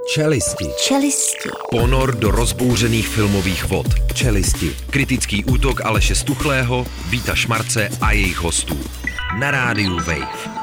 Čelisti. Ponor do rozbouřených filmových vod. Čelisti. Kritický útok Aleše Stuchlého, Víta Šmarce a jejich hostů. Na rádiu Wave.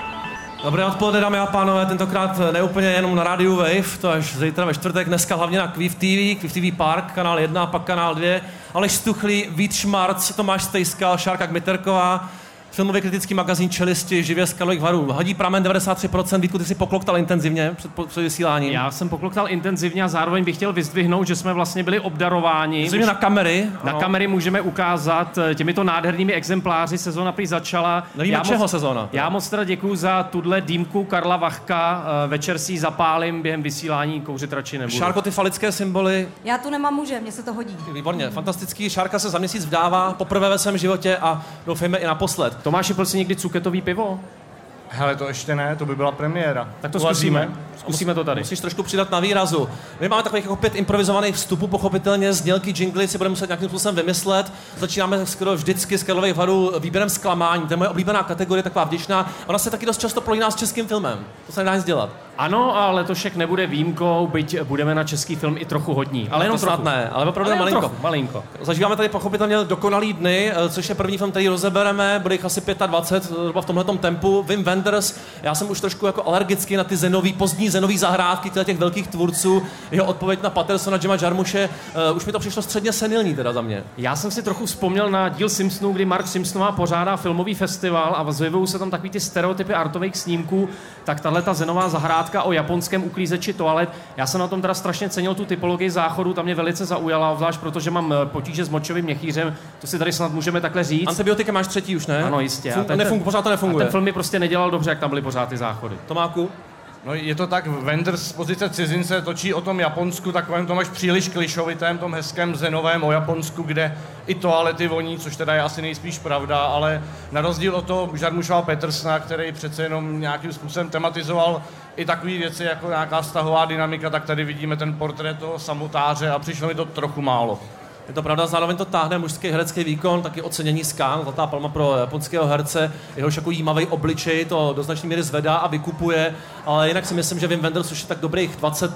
Dobré odpoledne, dámy a pánové, tentokrát neúplně jenom na rádiu Wave, to až zítra ve čtvrtek, dneska hlavně na Quiff TV Park, kanál 1 a pak kanál 2. Aleš Stuchlý, Vít Šmarc, Tomáš Stejskal, Šárka Kmiterková, filmový kritický magazín Čelisti, živě z Karlových Varů. Hodí pramen 93%, Vítku, ty jsi pokloktal intenzivně před vysíláním. Já jsem pokloktal intenzivně a zároveň bych chtěl vyzdvihnout, že jsme vlastně byli obdarováni. Myslím, na kamery. Na kamery můžeme ukázat těmito nádhernými exempláři, sezóna prý začala. Nevíme čeho sezóna. Já moc teda děkuju za tuhle dýmku Karla Vachka, večer si ji zapálím, během vysílání kouřit radši nebudu. Šárko, ty falické symboly. Já tu nemám muže, mně se to hodí. Výborně, fantastický. Šárka se za měsíc vdává poprvé ve svém životě a doufejme i naposled. Tomáši, pil jsi někdy cuketový pivo? Hele, to ještě ne, to by byla premiéra. Tak to zkusíme to tady. Musíš trošku přidat na výrazu. My máme takových jako 5 improvizovaných vstupů, pochopitelně znělky, jingly si budeme muset nějakým způsobem vymyslet. Začínáme skoro vždycky z Karlových Varů výběrem zklamání. To je moje oblíbená kategorie, taková vděčná. Ona se taky dost často prolíná s českým filmem. To se nedá nic dělat. Ano, a letošek nebude výjimkou, byť budeme na český film i trochu hodní. Ale jenom snad ne, ale opravdu malinko. Zažíváme tady pochopitelně dokonalý dny, což je první film, který rozebereme, bude jich asi 25 v tomhletom tempu. Wim Wenders, já jsem už trošku jako alergický na ty pozdní zenový zahrádky těch velkých tvůrců. Jeho odpověď na Patersona, Jima Jarmusche, už mi to přišlo středně senilní teda za mě. Já jsem si trochu vzpomněl na díl Simpsonů, kdy Mark Simpsonová pořádá filmový festival a zjevují se tam takový ty stereotypy artových snímků, tak tahleta zenová zahrádka o japonském uklízeči toalet. Já jsem na tom teda strašně cenil tu typologii záchodu, ta mě velice zaujala, zvlášť protože mám potíže s močovým měchýřem. To si tady snad můžeme takhle říct. Antibiotika máš třetí už, ne? Ano, jistě. Pořád to nefunguje. A ten film mi prostě nedělal dobře, jak tam byly pořád ty záchody. Tomáku? No je to tak, Wenders z pozice cizince točí o tom Japonsku, takovém tom až příliš klišovitém, tom hezkém zenovém o Japonsku, kde i toalety voní, což teda je asi nejspíš pravda, ale na rozdíl od toho Jarmušova Petersona, který přece jenom nějakým způsobem tematizoval i takové věci jako nějaká vztahová dynamika, tak tady vidíme ten portrét toho samotáře a přišlo mi to trochu málo. Je to pravda, zároveň to táhne mužský herecký výkon, taky ocenění Cannes, Zlatá palma pro japonského herce, jehož jako jímavý obličej to do značné míry zvedá a vykupuje, ale jinak si myslím, že Wim Wenders už je tak dobrých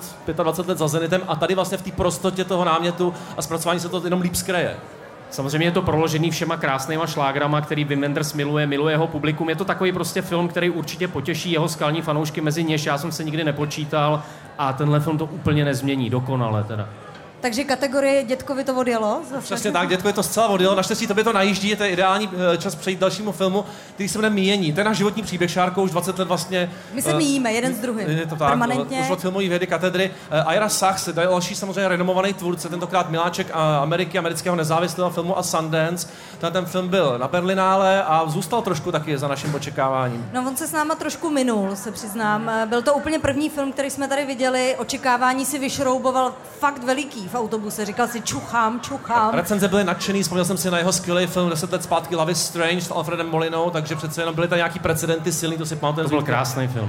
25 let za zenitem a tady vlastně v té prostotě toho námětu a zpracování se to jenom líp skreje. Samozřejmě je to proložený všema krásnýma šlágrama, který Wim Wenders miluje jeho publikum. Je to takový prostě film, který určitě potěší jeho skalní fanoušky, mezi něž já jsem se nikdy nepočítal a tenhle film to úplně nezmění, dokonale teda. Takže kategorie dětkovi to odjelo? Přesně tak, dětkovi to zcela odjelo. Naštěstí tobě to najíždí, to je ideální čas přejít dalšímu filmu, který se jmenuje Míjení. To je náš životní příběh, Šárko, už 20 let vlastně. My se míjíme jeden s druhým. Je to tak, permanentně. Už od filmové vědy katedry. Ira Sachs, další samozřejmě renomovaný tvůrce, tentokrát miláček Ameriky, amerického nezávislého filmu a Sundance. Ten film byl na Berlinále a zůstal trošku taky za naším očekáváním. No, on se s náma trošku minul, se přiznám. Byl to úplně první film, který jsme tady viděli. Očekávání si vyšrouboval fakt veliký v autobuse. Říkal si čuchám. Recenze byly nadšený, vzpomněl jsem si na jeho skvělý film 10 let zpátky Love is Strange s Alfredem Molinou, takže přece jenom byly tam nějaký precedenty silný, to si pamatuju. To byl krásný film.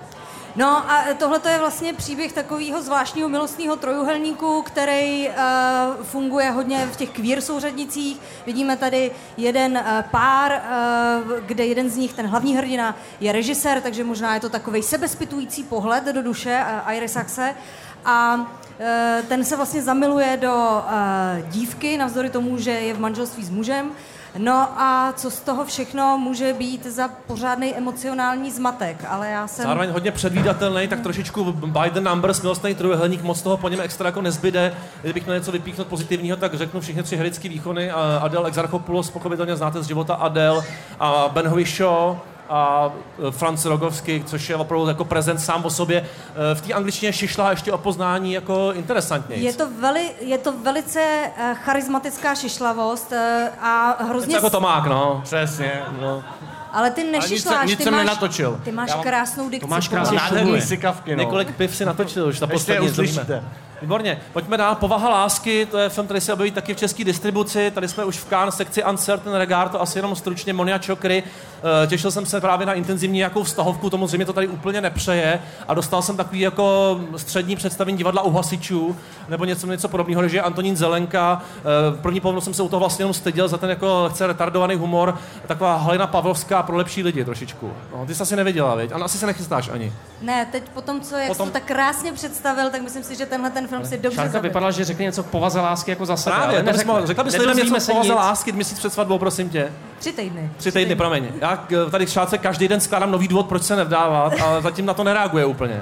No a tohle je vlastně příběh takového zvláštního milostného trojuhelníku, který funguje hodně v těch queer souřadnicích. Vidíme tady jeden pár, kde jeden z nich, ten hlavní hrdina, je režisér, takže možná je to takovej sebezpitující pohled do duše Iry Sachse. A ten se vlastně zamiluje do dívky, navzdory tomu, že je v manželství s mužem. No a co z toho všechno může být za pořádný emocionální zmatek, ale já jsem... Zároveň hodně předvídatelný, tak trošičku by the numbers, milostný trojuhelník, moc toho po něm extra jako nezbyde. Kdybych měl něco vypíchnout pozitivního, tak řeknu všechny 3 herecké výkony. Adele Exarchopoulos, pochopitelně znáte z života Adele, a Ben Whishaw a Franz Rogovský, což je opravdu jako prezent sám o sobě. V té angličtině šišla ještě o poznání jako interesantnější. Je to velice charismatická šišlavost a hrozně... Jako Tomák, no. Přesně, no. Ale ty nešišláš, nic jsem nenatočil. Ty máš krásnou dikci. To máš krásnou nádherný sykavky, no. Několik piv si natočil už, ta poslední. Uslyšíte. Výborně. Pojďme dál. Povaha lásky, to je film, který se objeví taky v české distribuci. Tady jsme už v Cannes sekci Uncertain Regard, to asi jenom stručně Monia Chokri. Těšil jsem se právě na intenzivní nějakou vztahovku, tomu zřejmě to tady úplně nepřeje a dostal jsem takový jako střední představení divadla u hasičů nebo něco podobného, než je Antonín Zelenka. První polovinu jsem se u toho vlastně jenom styděl za ten jako lehce retardovaný humor, taková Halina Pavlovská pro lepší lidi trošičku. No, ty jsi asi neviděla, viď? A asi se nechystáš ani. Ne, teď po tom, co jak jsi to tak krásně představil, tak myslím si, že tenhle ten film si dobře Šárka vypadala, že řekne něco k povaze lásky jako za sebe. Právě, řekla bys lidem něco o povaze lásky měsíc před svatbou, prosím tě. 3 týdny. 3 týdny, promiň. Já tady v Šárce každý den skládám nový důvod, proč se nevdávat, ale zatím na to nereaguje úplně.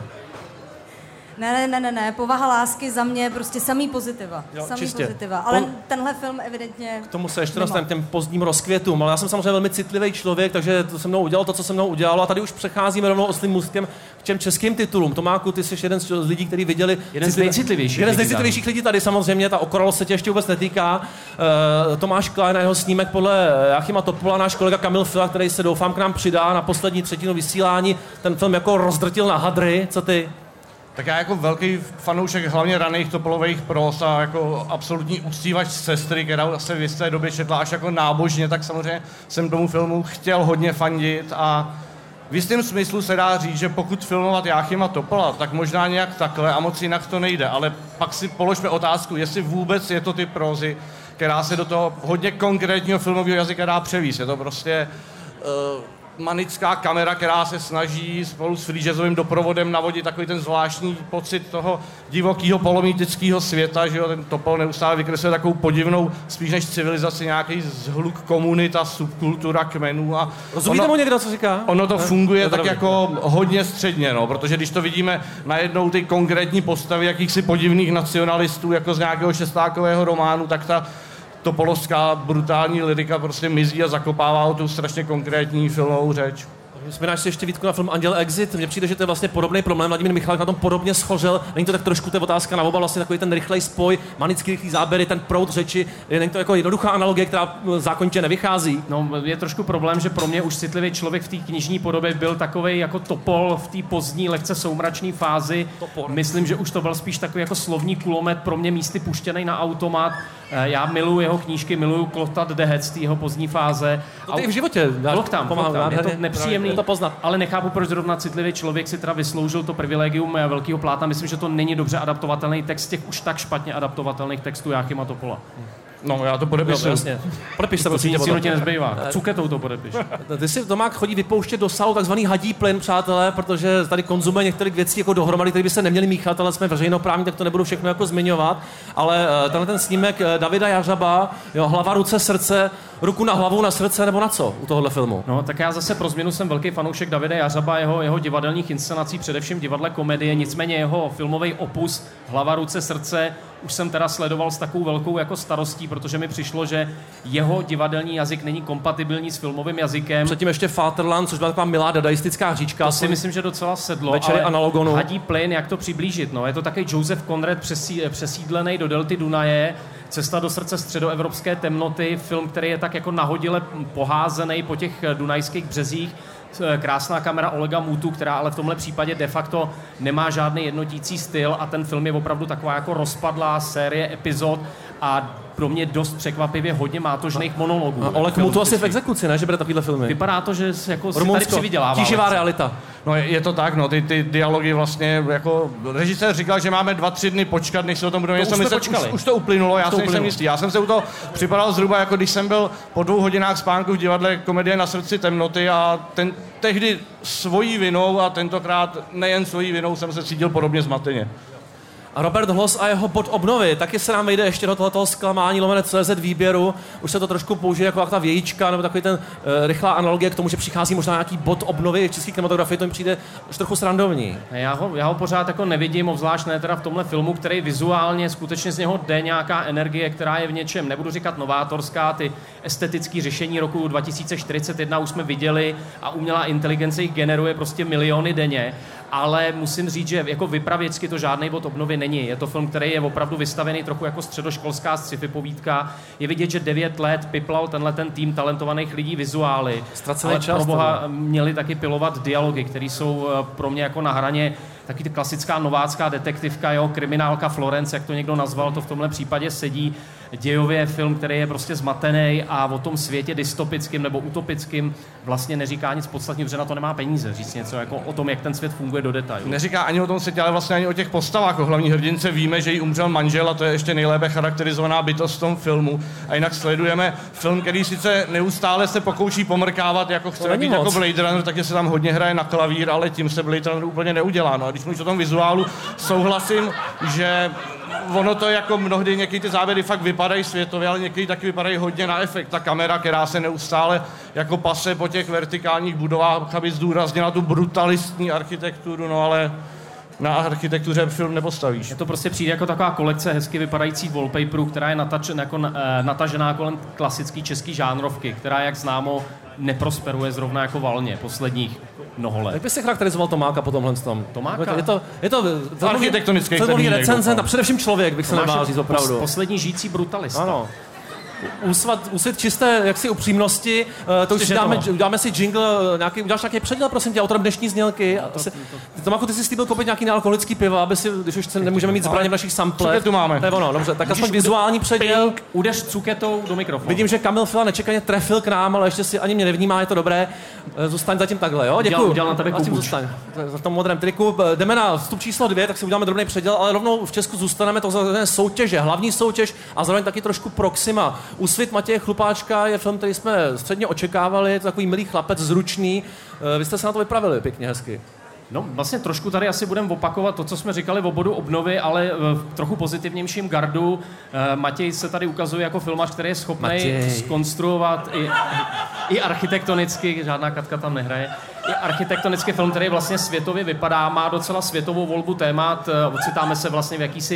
Ne, povaha lásky za mě prostě samý pozitiva. Jo, samý čistě. pozitiva. Ale tenhle film evidentně... K tomu se ještě dostaneme těm pozdním rozkvětům, ale já jsem samozřejmě velmi citlivý člověk, takže to se mnou udělalo to, co se mnou udělalo a tady už přecházíme rovnou oslým můstkem k těm českým titulům. Tomáku, ty jsi jeden z lidí, kteří viděli... Jeden z nejcitlivějších lidí tady samozřejmě, ta Okoralo se tě ještě vůbec netýká. Tomáš Klein a jeho snímek podle Jáchyma Topola, náš kolega Kamil Fila, který se doufám k nám přidá na poslední třetinu vysílání, ten film jako rozdrtil na hadry, co ty? Tak já jako velký fanoušek hlavně raných Topolových pros a jako absolutní uctívač sestry, která se v jisté době četla až jako nábožně, tak samozřejmě jsem tomu filmu chtěl hodně fandit a v jistém smyslu se dá říct, že pokud filmovat Jáchyma Topola, tak možná nějak takhle a moc jinak to nejde, ale pak si položme otázku, jestli vůbec je to ty prózy, která se do toho hodně konkrétního filmového jazyka dá převíst. Je to prostě manická kamera, která se snaží spolu s free jazzovým doprovodem navodit takový ten zvláštní pocit toho divokého polomýtického světa, že jo, ten Topol neustále vykresluje takovou podivnou, spíš než civilizaci, nějaký zhluk komunit a subkultura kmenů a... Rozumíte mu někdo, co říká? Ono to funguje tak jako hodně středně, no, protože když to vidíme najednou ty konkrétní postavy jakýchsi podivných nacionalistů, jako z nějakého šestákového románu, tak ta topolovská brutální lyrika prostě mizí a zakopává o tu strašně konkrétní filmovou řeč. Vzpomínáš si ještě Vítku na film Anděl Exit? Mně přijde, že to je vlastně podobný problém. Vladimír Michálek na tom podobně schořel. Není to tak trošku ta otázka na oba, vlastně takový ten rychlej spoj, manický rychlý záběry, ten proud řeči. Není to jako jednoduchá analogie, která zákonitě nevychází? No, je trošku problém, že pro mě už citlivý člověk v té knižní podobě byl takovej jako Topol v té pozdní, lehce soumračné fázi. Topor. Myslím, že už to byl spíš takový jako slovní kulomet pro mě místy puštěný na automat. Já miluju jeho knížky, miluju Klotat Dehec z jeho pozdní fáze. To ty i v životě Kloktám. Je to nepříjemný, to poznat. Ale nechápu, proč zrovna citlivý člověk si teda vysloužil to privilegium velkého plátna. Myslím, že to není dobře adaptovatelný text těch už tak špatně adaptovatelných textů Jáchyma Topola. No, já to podepisuju. Jasně. Podepiš se, prosím. Nic ti nezbývá. Cuketou to podepiš. Ty si Tomák chodí vypouštět do salu takzvaný hadí plyn, přátelé, protože tady konzumuje některých věcí jako dohromady, které by se neměly míchat, ale jsme veřejnoprávní, tak to nebudu všechno jako zmiňovat. Ale tenhle ten snímek Davida Jařaba, jo, hlava, ruce, srdce, ruku na hlavu, na srdce nebo na co u tohohle filmu? No, tak já zase pro změnu jsem velký fanoušek Davida Jařaba, jeho divadelních inscenací, především divadle komedie, nicméně jeho filmový opus Hlava, ruce, srdce už jsem teda sledoval s takovou velkou jako starostí, protože mi přišlo, že jeho divadelní jazyk není kompatibilní s filmovým jazykem. Předtím ještě Vaterland, což byla taková milá dadaistická hříčka. To si myslím, že docela sedlo, Večery ale analogonu. Hadí plyn, jak to přiblížit, no. Je to taky Josef Conrad přesídlený do delty Dunaje, Cesta do srdce středoevropské temnoty, film, který je tak jako nahodile poházený po těch dunajských březích. Krásná kamera Olega Mutu, která ale v tomhle případě de facto nemá žádný jednotící styl a ten film je opravdu taková jako rozpadlá série epizod a pro mě dost překvapivě hodně mátožných monologů. Oleg Mutu asi v exekuci, ne? Že bude takovýhle filmy. Vypadá to, že jako Rumunsko, si tady přivydělává. Tíživá realita. No je to tak, no, ty dialogy vlastně, jako režisér říkal, že máme 2-3 dny počkat, než se o tom budeme něco myslet. Už to uplynulo, já si nejsem jistý. Já jsem se u toho připadal zhruba, jako když jsem byl po 2 hodinách spánku v divadle Komedie na srdci temnoty a tehdy svojí vinou a tentokrát nejen svojí vinou jsem se cítil podobně zmateně. A Robert Hloss a jeho bod obnovy, taky se nám vejde ještě do tohoto zklamání /CZ výběru. Už se to trošku použije jako ta vějička, nebo takový ten rychlá analogie k tomu, že přichází možná nějaký bod obnovy v české kinematografii, to mi přijde už trochu srandovní. Já ho pořád jako nevidím, obzvlášť ne teda v tomhle filmu, který vizuálně skutečně z něho jde nějaká energie, která je v něčem, nebudu říkat novátorská, ty estetické řešení roku 2041 už jsme viděli a umělá inteligence jich generuje prostě miliony denně. Ale musím říct, že jako vypravěcky to žádný bod obnovy není. Je to film, který je opravdu vystavený trochu jako středoškolská sci-fi povídka. Je vidět, že 9 let piplal tenhle ten tým talentovaných lidí vizuály. Ztracený ale čas, pro boha měli taky pilovat dialogy, které jsou pro mě jako na hraně taky klasická novácká detektivka, jo, kriminálka Florence, jak to někdo nazval, to v tomhle případě sedí. Dějově film, který je prostě zmatený a o tom světě dystopickým nebo utopickým vlastně neříká nic podstatného, protože na to nemá peníze. Říct něco jako o tom, jak ten svět funguje do detailu. Neříká ani o tom světě, ale vlastně ani o těch postavách. O hlavní hrdince víme, že jí umřel manžel a to je ještě nejlépe charakterizovaná bytost v tom filmu. A jinak sledujeme film, který sice neustále se pokouší pomrkávat, jako chce být jako Blade Runner, takže se tam hodně hraje na klavír, ale tím se Blade Runner úplně neudělá. No a když mluvíš o tom vizuálu, souhlasím, že ono to jako mnohdy někdy ty záběry fakt vypadají světově, ale někdy taky vypadají hodně na efekt. Ta kamera, která se neustále jako pase po těch vertikálních budovách, aby zdůraznila tu brutalistní architekturu, no ale na architektuře film nepostavíš. Je to prostě přijde jako taková kolekce hezky vypadající wallpaperů, která je natažená kolem klasický český žánrovky, která, jak známo, neprosperuje zrovna jako valně posledních mnoho let. Jak by se charakterizoval Tomáka po tomhle tom? Tomáka? Je to architektonický filmový recenzent a především člověk, bych se nebál říct opravdu. Poslední žijící brutalista. Ano. Úsvit čisté jaksi upřímnosti, to už dáme si jingle, uděláš nějaký předěl, prosím tě, autorem dnešní znělky. Tomáku, ty jsi slíbil koupit nějaký nealkoholický pivo, aby si, když už nemůžeme mít zbraně v našich samplech. Co tu máme? To je ono, dobře, tak aspoň vizuální předěl. Pink, udeř cuketou do mikrofonu. Vidím, že Kamil Fila nečekaně trefil k nám, ale ještě si ani mě nevnímá, je to dobré. Zůstaň zatím takhle, jo? Děkuju. Udělal na tebe kukuč. Zůstaň v tom modrém triku. Jdeme na vstup číslo 2, tak si uděláme drobný předěl, ale rovnou v Česku zůstaneme to soutěže, hlavní soutěž a zároveň taky trošku Proxima. Úsvit Matěje Chlupáčka je film, který jsme středně očekávali, je to takový milý chlapec, zručný. Vy jste se na to vypravili pěkně hezky. No vlastně trošku tady asi budeme opakovat to, co jsme říkali v obodu obnovy, ale v trochu pozitivnějším gardu. Matěj se tady ukazuje jako filmař, který je schopný zkonstruovat i architektonicky, žádná Katka tam nehraje, i architektonický film, který vlastně světově vypadá, má docela světovou volbu témat, ocitáme se vlastně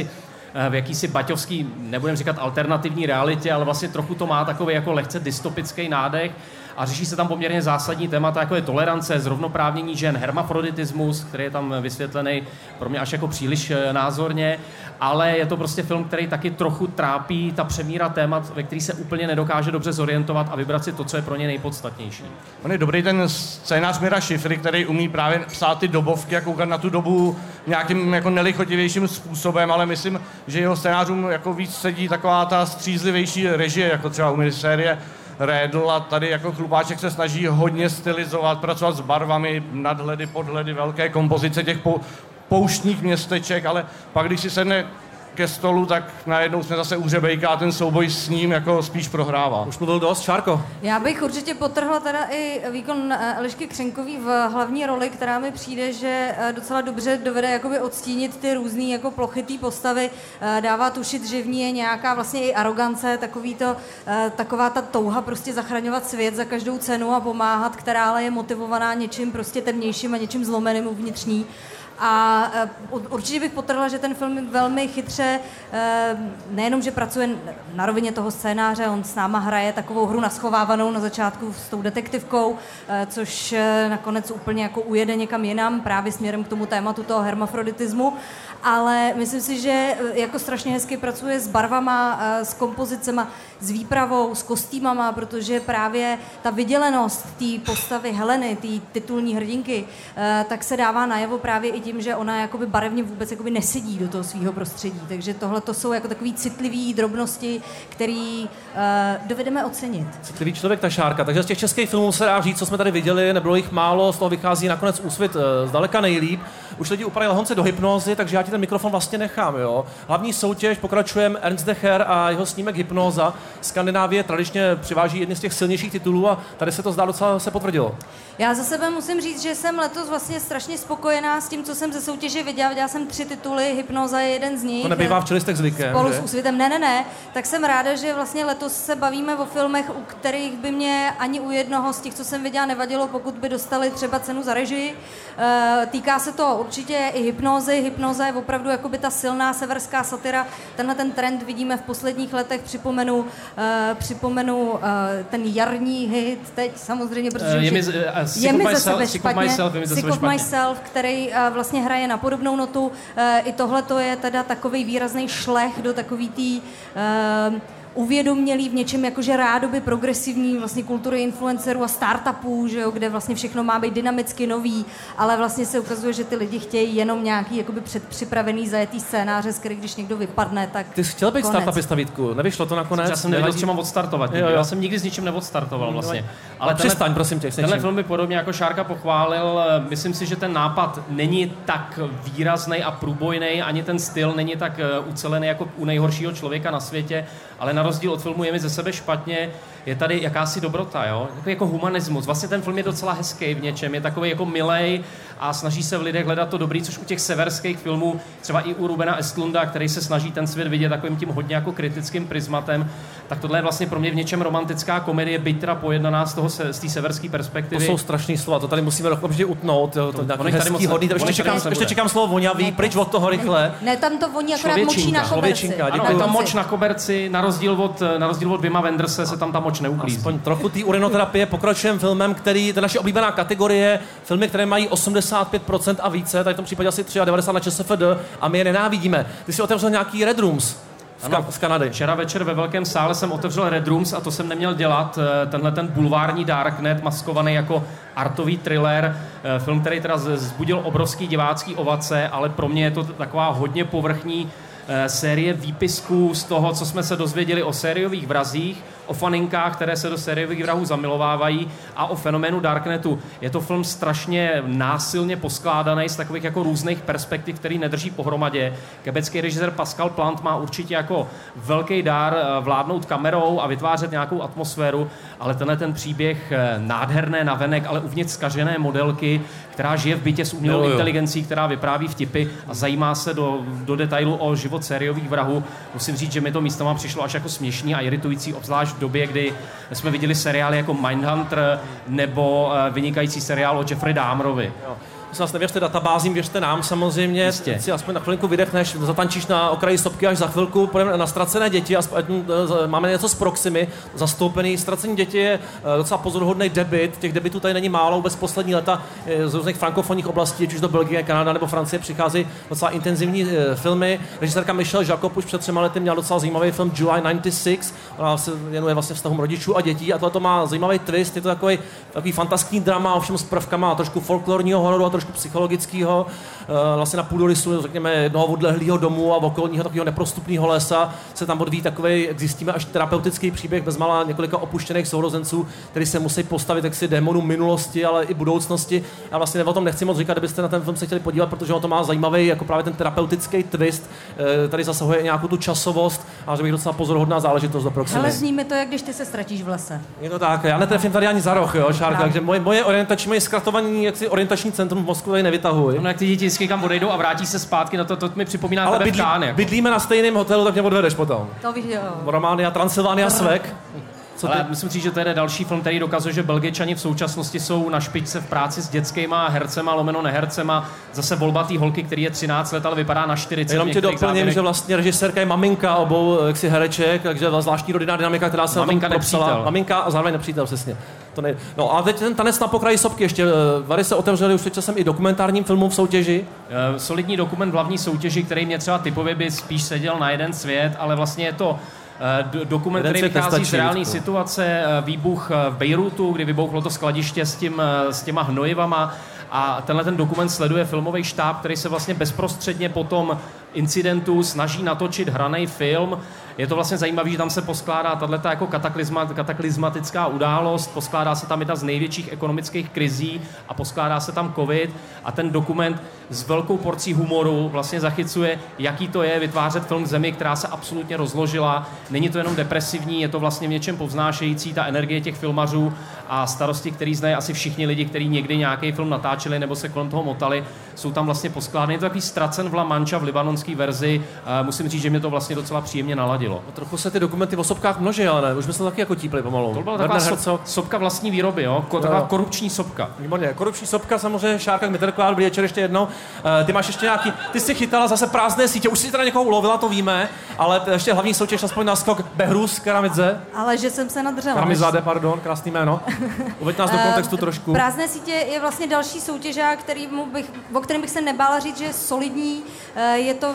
v jakýsi baťovský, nebudem říkat alternativní realitě, ale vlastně trochu to má takový jako lehce dystopický nádech a řeší se tam poměrně zásadní témata, jako je tolerance, zrovnoprávnění žen, hermafroditismus, který je tam vysvětlený pro mě až jako příliš názorně, ale je to prostě film, který taky trochu trápí ta přemíra témat, ve který se úplně nedokáže dobře zorientovat a vybrat si to, co je pro ně nejpodstatnější. On je dobrý ten scénář Mira Šifry, který umí právě psát ty dobovky a koukat na tu dobu nějakým jako nelichotivějším způsobem, ale myslím, že jeho scénářům jako víc sedí taková ta střízlivější režie, jako třeba u série Rédl, a tady jako Chlupáček se snaží hodně stylizovat, pracovat s barvami, nadhledy, podhledy, velké kompozice těch pouštních městeček, ale pak když si sedne ke stolu, tak najednou jsme zase u Řebejka a ten souboj s ním jako spíš prohrává. Už mluvil dost, Šárko. Já bych určitě podtrhla teda i výkon Elišky Křenkový v hlavní roli, která mi přijde, že docela dobře dovede jakoby odstínit ty různý jako plochitý postavy, dává tušit, že v ní je nějaká vlastně i arogance, taková ta touha prostě zachraňovat svět za každou cenu a pomáhat, která ale je motivovaná něčím prostě temnějším a něčím zlomeným uvnitřní. A určitě bych podtrhla, že ten film velmi chytře, nejenom, že pracuje na rovině toho scénáře, on s náma hraje takovou hru naschovávanou na začátku s tou detektivkou, což nakonec úplně jako ujede někam jinam, právě směrem k tomu tématu toho hermafroditismu, ale myslím si, že jako strašně hezky pracuje s barvama, s kompozicema, s výpravou, s kostýmama, protože právě ta vydělenost té postavy Heleny, té titulní hrdinky, tak se dává najevo právě i tím, že ona jakoby barevně vůbec jakoby nesedí do toho svého prostředí. Takže tohle to jsou jako takový citlivý drobnosti, který dovedeme ocenit. Citlivý člověk, ta Šárka. Takže z těch českých filmů se dá říct, co jsme tady viděli, nebylo jich málo, z toho vychází nakonec Úsvit zdaleka nejlíp. Už lidi upadají lehonce do hypnózy, takže já ti ten mikrofon vlastně nechám, jo. Hlavní soutěž, pokračujeme, Ernst Decher a jeho snímek Hypnóza. Skandinávie tradičně přiváží jedny z těch silnějších titulů a tady se to zdá docela se potvrdilo. Já za sebe musím říct, že jsem letos vlastně strašně spokojená s tím, co jsem ze soutěže viděla. Viděla jsem 3 tituly, Hypnóza je jeden z nich. To nebývá v Čelistech zvykem, spolu že? S Úsvitem. Ne. Tak jsem ráda, že vlastně letos se bavíme o filmech, u kterých by mě ani u jednoho z těch, co jsem viděla, nevadilo, pokud by dostali třeba cenu za režii. Týká se to určitě i Hypnózy. Hypnóza je opravdu jakoby ta silná severská satira. Tenhle ten trend vidíme v posledních letech. Připomenu ten jarní hit teď samozřejmě, protože Sick of Myself, který vlastně hraje na podobnou notu. I tohle to je teda takovej výrazný šlech do takový tý uvědomělý v něčem jakože rádoby progresivní vlastně kultury influencerů a startupů, že jo, kde vlastně všechno má být dynamicky nový, ale vlastně se ukazuje, že ty lidi chtějí jenom nějaký jakoby předpřipravený zajetý scénáře, z kterých když někdo vypadne, tak ty jsi chtěl být startupista, Vítku, nevyšlo to nakonec? Já jsem nevěděl, s čím mám odstartovat. Já jsem nikdy s ničím neodstartoval vlastně. Ale přestaň, prosím tě, tenhle film by podobně jako Šárka pochválil. Myslím si, že ten nápad není tak výrazný a průbojný, ani ten styl není tak ucelený jako u nejhoršího člověka na světě, ale na rozdíl od filmu Je mi ze sebe špatně, je tady jakási dobrota, jo? Jako humanismus. Vlastně ten film je docela hezký v něčem, je takový jako milej a snaží se v lidech hledat to dobrý, což u těch severských filmů, třeba i u Rubena Östlunda, který se snaží ten svět vidět takovým tím hodně jako kritickým prismatem, tak tohle je vlastně pro mě v něčem romantická komedie, byť teda pojednaná z té severské perspektivy. To jsou strašný slova, to tady musíme okamžitě utnout, to hezký, hodný, ještě čekám slovo voňavý, pryč od toho rychle. Ne, tam to voní akorát močí na koberci. Ano, je tam moč na koberci, na rozdíl od Wima Wenderse se tam ta moč neuklízí. Aspoň trochu té urinoterapie. Pokračujeme filmem, který, to je naše oblíbená kategorie, filmy, které mají 85% a více, tady v tom případě asi 93 na ČSFD a my je nenávidíme. Ty jsi otevřel nějaký Red Rooms z Kanady. Včera večer ve velkém sále jsem otevřel Red Rooms a to jsem neměl dělat. Tenhle ten bulvární darknet, maskovaný jako artový thriller, film, který teda vzbudil obrovský divácký ovace, ale pro mě je to taková hodně povrchní série výpisků z toho, co jsme se dozvěděli o sériových vrazích, o faninkách, které se do sériových vrahů zamilovávají a o fenoménu darknetu. Je to film strašně násilně poskládaný z takových jako různých perspektiv, který nedrží pohromadě. Quebecký režisér Pascal Plante má určitě jako velký dar vládnout kamerou a vytvářet nějakou atmosféru, ale tenhle ten příběh nádherné navenek, ale uvnitř zkažené modelky, která žije v bytě s umělou inteligencí, která vypráví vtipy a zajímá se do detailu o život sériových vrahů. Musím říct, že mi to místama přišlo až jako směšný a iritující, obzvlášť v době, kdy jsme viděli seriály jako Mindhunter nebo vynikající seriál o Jeffrey Dahmerovi. Prosím vás, nevěřte databázím, věřte nám samozřejmě. Si aspoň na chvilku vydechneš, zatančíš na okraji sopky, až za chvilku půjdeme na Ztracené děti. Máme něco z Proximy zastoupený. Ztracení děti je docela pozoruhodný debut. Těch debutů tady není málo. Vůbec poslední léta z různých frankofonních oblastí, ať už do Belgie, Kanada nebo Francie, přichází docela intenzivní filmy. Režisérka Michelle Jacob už před 3 lety měla docela zajímavý film July 96. Ona se věnuje vlastně vztahům rodičů a dětí a tohle má zajímavý twist. Je to takový fantastický drama, ovšem s prvkama trošku folklorního hororu a trošku psychologického, vlastně na půdorysu, řekněme, jednoho odlehlého domu a okolního takového neprostupného lesa se tam odvíjí takový, zjistíme, až terapeutický příběh bezmála několika opuštěných sourozenců, který se musí postavit jaksi démonů minulosti, ale i budoucnosti. Já vlastně o tom nechci moc říkat, kdybyste na ten film se chtěli podívat, protože on to má zajímavý, jako právě ten terapeutický twist, tady zasahuje nějakou tu časovost a že bych docela pozoruhodná záležitost do Proximy. Ale zní mi to, jak když ty se ztratíš v lese. Je to tak, já netrefím tady ani za roh, jo, Šárka, takže moje zkratovaní jaksi orientační centrum v Moskvě nevytahuj. No jak ty děti vždycky kam odejdou a vrátí se zpátky, no to mi připomíná ale tebe v Cannes. Jako. Bydlíme na stejném hotelu, tak mě odvedeš potom. To bych jo. Románia, Transylvánia, Svek. Ale myslím si, že to je další film, který dokazuje, že Belgičani v současnosti jsou na špičce v práci s dětskýma hercema, lomeno nehercema. Zase volba té holky, který je 13 let, ale vypadá na 40. Jenom ti doplním, že vlastně režisérka je maminka obou jaksi hereček, takže zvláštní rodinná dynamika, která se maminka nepřítel. Maminka a zároveň nepřítel, přesně. No a teď ten Tanec na pokraji sopky ještě. Vary se otevřeli už časem i dokumentárním filmům v soutěži. Solidní dokument v hlavní soutěži, který mě třeba typově by spíš seděl na jeden svět, ale vlastně je to dokument, který vychází z reálné situace, výbuch v Bejrútu, kdy vybouchlo to skladiště s těma hnojivama a tenhle ten dokument sleduje filmový štáb, který se vlastně bezprostředně po tom incidentu snaží natočit hranej film. Je to vlastně zajímavé, že tam se poskládá tato jako kataklizmatická událost, poskládá se tam jedna z největších ekonomických krizí a poskládá se tam covid a ten dokument s velkou porcí humoru vlastně zachycuje, jaký to je vytvářet film v zemi, která se absolutně rozložila. Není to jenom depresivní, je to vlastně v něčem povznášející, ta energie těch filmařů a starosti, který znají asi všichni lidi, kteří někdy nějaký film natáčeli nebo se kolem toho motali, jsou tam vlastně poskládány. Je to takový Ztracen v La Mancha v libanonské verzi. Musím říct, že mě to vlastně docela příjemně naladilo. Trochu se ty dokumenty o sopkách množí, ale ne? Už jsme se taky jako típli pomalu. To byla taková sopka vlastní výroby, jo? Taková korupční sopka. Výborně, korupční sopka, samozřejmě Šárka Mitterklár, dobrý večer ještě jednou. Ty máš ještě nějaký, ty jsi chytala zase prázdné sítě, už si teda někoho ulovila, to víme, ale ještě hlavní soutěž aspoň na skok Behrus Karamidze. Ale že jsem se nadržela. Karamizade, pardon, krásný jméno. Uveď nás do kontextu trošku. Prázdné sítě je vlastně další soutěž, o kterém bych se nebála říct, že je solidní. Je to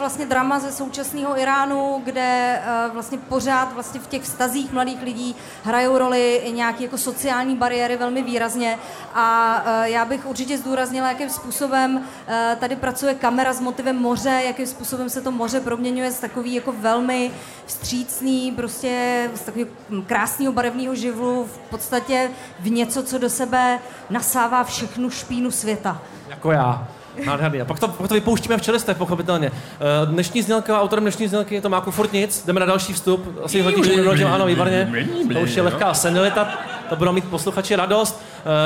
vlastně drama ze současného Iránu, kde vlastně pořád vlastně v těch vztazích mladých lidí hrajou roli nějaké jako sociální bariéry velmi výrazně a já bych určitě zdůraznila, jakým způsobem tady pracuje kamera s motivem moře, jakým způsobem se to moře proměňuje z takový jako velmi vstřícný, prostě z takového krásného barevného živlu v podstatě v něco, co do sebe nasává všechnu špínu světa. Jako já. Nádherný. A pak to vypouštíme v Čelistech, pochopitelně. Dnešní znělka, autorem dnešní znělky je Tomáku furt nic. Jdeme na další vstup. Asi hodně že ano, výborně. To už je lehká senilita. To budou mít posluchači radost.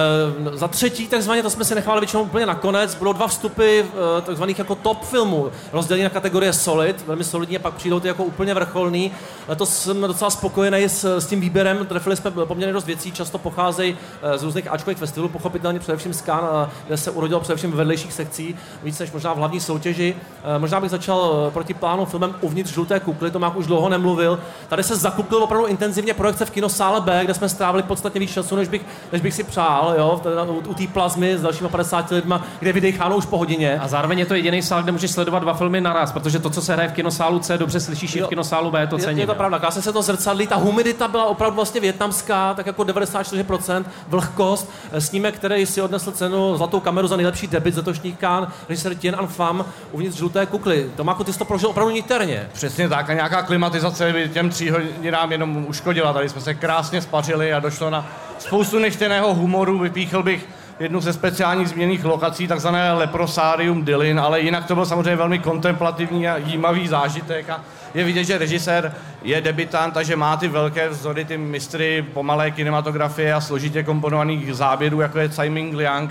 Za třetí, takzvaně, to jsme si nechali většinou úplně nakonec, budou 2 vstupy takzvaných jako top filmů, rozdělení na kategorie solid, velmi solidní, a pak přijdou ty jako úplně vrcholný. Letos jsem docela spokojený s tím výběrem, trefili jsme poměrně dost věcí, často pocházejí z různých ačkových festivalů, pochopitelně především z Cannes, kde se urodilo především ve vedlejších sekcí, víc než možná v hlavní soutěži. Možná bych začal proti plánu filmem Uvnitř žluté kukly, Tomák už dlouho nemluvil. Tady se zakuklil opravdu intenzivně projekce v kinosále B, kde jsme strávili podstatně víc času, než bych si přál, jo, u té plazmy s dalšíma 50 lidma, kde je vydecháno už po hodině. A zároveň je to jediný sál, kde můžeš sledovat 2 filmy naraz, protože to, co se hraje v kinosálu C, dobře slyšíš i v kinosálu B, to cením. Je to pravda, krásně se to zrcadlí, ta humidita byla opravdu vlastně vietnamská, tak jako 94%, vlhkost, snímek, který si odnesl cenu Zlatou kameru za nejlepší debut letošních Cannes, režisér Tien Anh Pham, Uvnitř žluté kukly. Tomáku, ty jsi to prožil opravdu niterně. Přesně tak, a nějaká klimatizace by těm 3 hodinám jenom uškodila. Tady jsme se krásně spařili a došlo na spoustu nechtěného humoru. Vypíchl bych jednu ze speciálních změněných lokací, takzvané Leprosárium Dillin, ale jinak to byl samozřejmě velmi kontemplativní a jímavý zážitek a je vidět, že režisér je debutant a že má ty velké vzory, ty mistry pomalé kinematografie a složitě komponovaných záběrů, jako je Tsai Ming Liang,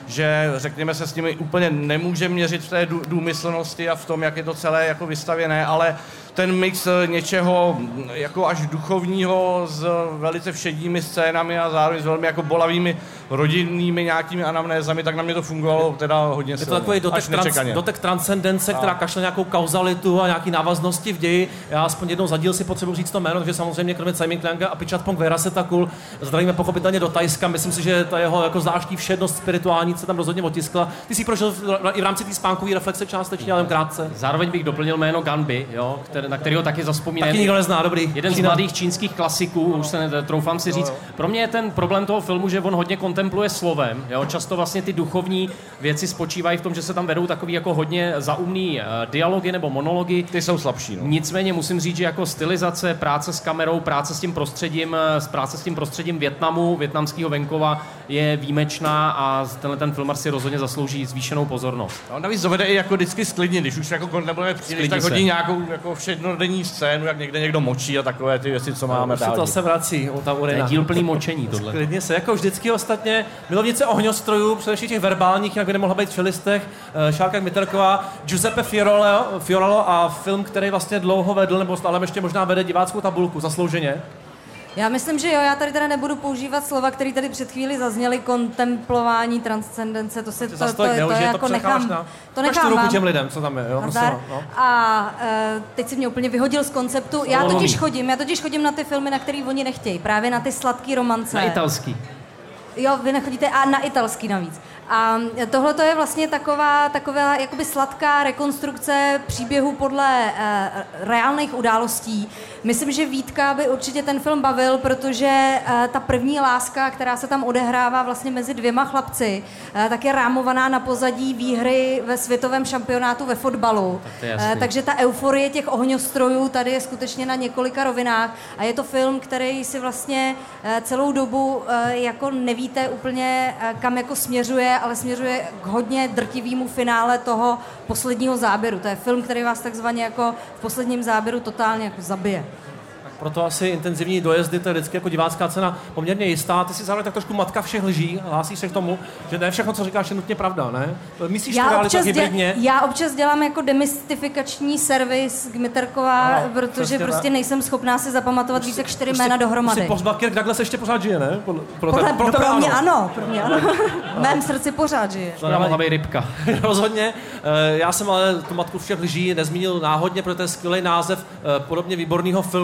že řekněme se s nimi úplně nemůže měřit v té důmyslnosti a v tom, jak je to celé jako vystavěné, ale ten mix něčeho jako až duchovního s velice všedními scénami a zároveň s velmi jako bolavými rodinnými nějakými anamnézami, tak na mě to fungovalo teda hodně silně. Je to takový dotek transcendence, která kašle nějakou kauzalitu a nějaký návaznosti v ději. Já aspoň jednou za díl si potřebuji říct to jméno, takže samozřejmě kromě Tsai Ming Lianga a Pichatpong Weerasettakul zdravíme pochopitelně do Thajska. Myslím si, že ta jeho jako zvláštní všednost spirituální se tam rozhodně otiskla. Ty jsi prožil i v rámci té spánkové reflexe částečně, ale krátce. Zároveň bych doplnil jméno Ganbi, jo, na kterého taky zazpomínáme. Taky nikdo nezná, dobrý. Jeden z mladých čínských klasiků, už se troufám si říct. Pro mě je ten problém toho filmu, že on hodně kontempluje slovem, jo. Často vlastně ty duchovní věci spočívají v tom, že se tam vedou takový jako hodně zaumný dialogy nebo monology. Ty jsou slabší, no. Nicméně musím říct, že jako stylizace, práce s kamerou, práce s tím prostředím Vietnamu, vietnamského venkova je výjimečná a ten filmar si rozhodně zaslouží zvýšenou pozornost. No, navíc dovede i jako vždycky sklidnit, když už jako kontemplujeme příliš, tak hodí nějakou jako všednodenní scénu, jak někdo močí a takové ty věci, co máme dál. To se vrací, ta urina. Díl plný močení tohle. Klidně se, jako vždycky ostatně, milovnice ohňostrojů, především těch verbálních, jak by nemohla být v Čelistech, Šárka Kmiterková, Giuseppe Fiorello a film, který vlastně dlouho vedl, nebo stále ještě možná vede diváckou tabulku, zaslouženě. Já myslím, že jo, já tady teda nebudu používat slova, které tady před chvíli zazněly, kontemplování, transcendence, to jako nechám. To nechám vám. Těm lidem, co tam je, jo, prosím, no. A teď si mě úplně vyhodil z konceptu. Já totiž chodím na ty filmy, na který oni nechtějí, právě na ty sladký romance. Na italský. Jo, vy nechodíte a na italský navíc. A tohle to je vlastně taková jakoby sladká rekonstrukce příběhu podle reálných událostí. Myslím, že Vítka by určitě ten film bavil, protože ta první láska, která se tam odehrává vlastně mezi 2 chlapci, tak je rámovaná na pozadí výhry ve světovém šampionátu ve fotbalu. Takže ta euforie těch ohňostrojů tady je skutečně na několika rovinách a je to film, který si vlastně celou dobu jako nevíte úplně kam jako směřuje, ale směřuje k hodně drtivému finále toho posledního záběru. To je film, který vás takzvaně jako v posledním záběru totálně jako zabije. Proto asi intenzivní dojezdy, to je vždycky jako divácká cena poměrně jistá. Ty jsi zároveň tak trošku matka všech lží, hlásíš se k tomu, že ne všechno, co říkáš, je nutně pravda, ne? Myslíš to realita hybridně? Já občas dělám jako demystifikační servis Kmiterková, protože prostě nejsem schopná si zapamatovat víc jak 4 jména dohromady. Postbach Kirk Douglas ještě pořád žije, ne? Pro mě ano. V mém srdci pořád žije. To mohla být rybka. Rozhodně. Já jsem ale tu matku všech lží nezmínil náhodně, protože to je skvělý název podobně výborného filmu, který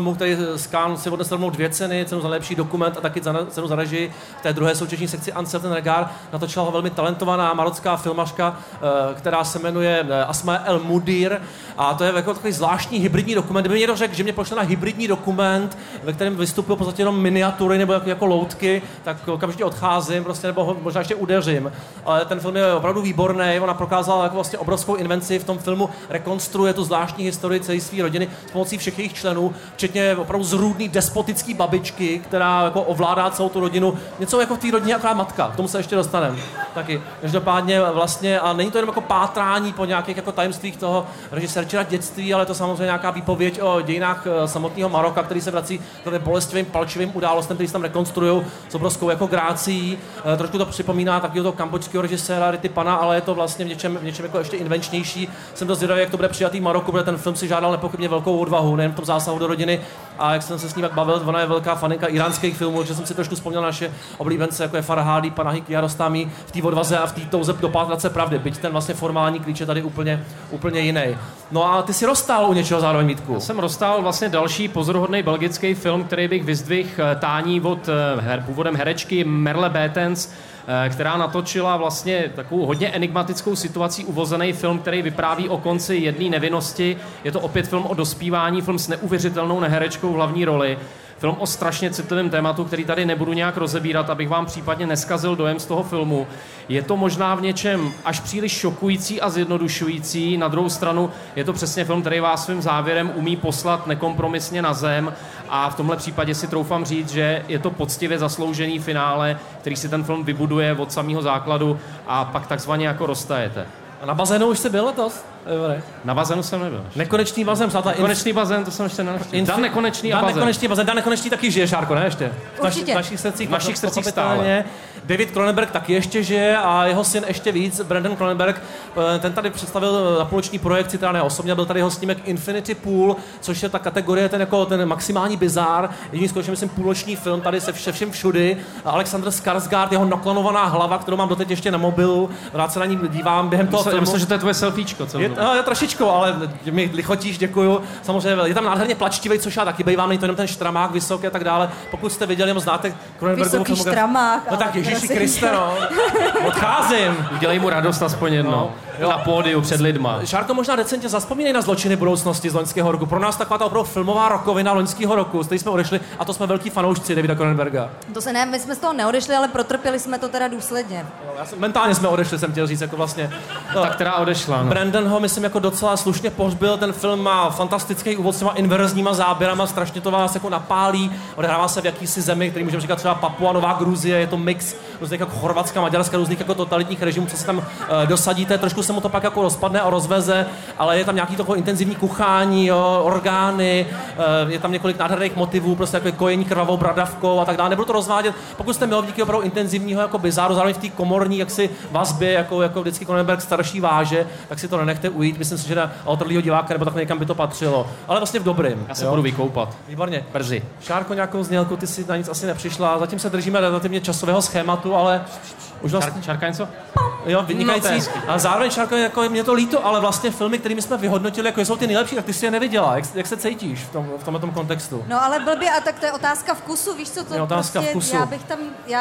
z Cannes si odnesl rovnou 2 ceny, cenu za nejlepší dokument a taky cenu za režii. V té druhé soutěžní sekci Uncertain Regard natočila ho velmi talentovaná marocká filmařka, která se jmenuje Asma El Mudir, a to je jako takový zvláštní hybridní dokument. Kdyby někdo řekl, že mě pošle na hybridní dokument, ve kterém vystupují v podstatě jenom miniatury nebo jako loutky, tak okamžitě odcházím, prostě, nebo ho možná ještě udeřím. Ale ten film je opravdu výborný, ona prokázala jako vlastně obrovskou invenci v tom filmu, rekonstruuje tu zvláštní historii celé své rodiny s pomocí všech jejich členů, včetně opravdu zrůdný despotický babičky, která jako ovládá celou tu rodinu. Něco jako v té rodině, akorát matka, k tomu se ještě dostaneme. Taky. Každopádně vlastně, a není to jenom jako pátrání po nějakých jako tajemstvích toho režisérčina dětství, ale to samozřejmě nějaká výpověď o dějinách samotného Maroka, který se vrací k bolestivým, palčivým událostem, který se tam rekonstruují s obrovskou jako grácií. Trošku to připomíná takového toho kambodžského režiséra Rity Pana, ale je to vlastně v něčem jako ještě invenčnější. Jsem dost zvědavý, jak to bude přijatý Maroku, protože ten film si žádal nepochybně velkou odvahu, nejen v tom zásahu do rodiny. A jak jsem se s ním bavil, ona je velká faninka iránských filmů, že jsem si trošku vzpomněl naše oblíbence, jako je Farhadi, Panahi Kiarostami, v té odvaze a v té touze dopátrat se pravdy, byť ten vlastně formální klíč je tady úplně jiný. No a ty si rozstál u něčeho zároveň, Vítku. Já jsem rozstál vlastně další pozoruhodný belgický film, který bych vyzdvihl, Tání od původem herečky Merle Bettens, která natočila vlastně takovou hodně enigmatickou situací uvozený film, který vypráví o konci jedné nevinnosti. Je to opět film o dospívání, film s neuvěřitelnou neherečkou v hlavní roli. Film o strašně citlivém tématu, který tady nebudu nějak rozebírat, abych vám případně neskazil dojem z toho filmu. Je to možná v něčem až příliš šokující a zjednodušující. Na druhou stranu je to přesně film, který vás svým závěrem umí poslat nekompromisně na zem, a v tomhle případě si troufám říct, že je to poctivě zasloužený finále, který si ten film vybuduje od samého základu a pak takzvaně jako roztajete. A na bazénu už jsi byl letos? Na bazénu jsem nebyl. Nekonečný bazén, přátelé. Nekonečný bazén, to jsem ještě nenaštěl. Dan Nekonečný a bazén. Nekonečný bazén. Dan Nekonečný taky žije, Šárko, ne ještě? Určitě. V našich srdcích stále. David Cronenberg taky ještě žije a jeho syn ještě víc, Brandon Cronenberg, ten tady představil na půlnoční projekci, teda ne osobně, byl tady jeho snímek Infinity Pool, což je ta kategorie, ten maximální bizár, jediný skutečně myslím půlnoční film tady se všem všudy. Alexander Skarsgård, jeho naklonovaná hlava, kterou mám doteď ještě na mobilu, rád se na ní dívám během toho filmu. Myslím, že to je tvoje selfiečko, co? Je trošičku, ale mi lichotíš, děkuju. Samozřejmě je tam nádherně plačtivý, což já taky bývám, není to jenom ten štramák vysoký a tak dále. Pokud jste viděli, nebo znáte Cronenbergovu vysoký štramák. No tak Ježíši Kriste, no. Odcházím. Udělej mu radost aspoň jedno. No. Na pódiu před lidma. Šárko, možná decentně zazpomínej na Zločiny budoucnosti z loňského roku. Pro nás taková ta opravdu filmová rokovina loňského roku, z které jsme odešli, a to jsme velký fanoušci Davida Cronenberga. To se ne, my jsme z toho neodešli, ale protrpěli jsme to teda důsledně. Mentálně jsme odešli, jsem chtěl říct, jako vlastně. No, tak která odešla, no. Brandon ho, myslím, jako docela slušně pohřbil, ten film má fantastický úvod s těma inverzníma záběrama, strašně to vás jako napálí, odehrává se v jakýsi zemi, který můžeme říkat třeba Papua Nová Gruzie, je to mix různých jako Chorvatska, Maďarska, různých jako totalitních režimů, co si tam dosadíte, trošku se mu to pak jako rozpadne a rozveze, ale je tam nějaký toho intenzivní kuchání, jo, orgány, je tam několik nádherných motivů, prostě jako kojení krvavou bradavkou a tak dále. Nebudu to rozvádět, pokud jste milovníky opravdu intenzivního jako bizáru, zároveň v té komorní jaksi vazbě, jako vždycky Cronenberg starší váže, tak si to nenechte ujít. Myslím si, že na otrlýho diváka nebo tak někam by to patřilo, ale vlastně v dobrým. Já se budu vykoupat. Výborně. Brzy. Šárko, nějakou znělku, ty si na nic asi nepřišla. Zatím se držíme relativně časového schématu, ale už vlastně... Šárka něco? Jo, vynikající. No, a zároveň, Šárko, jako mě to líto, ale vlastně filmy, kterými jsme vyhodnotili, jako jsou ty nejlepší, tak ty si je neviděla. Jak se cítíš v tomto kontextu? No ale blbě, a tak to je otázka vkusu, víš co, to je otázka prostě, vkusu. Já bych tam,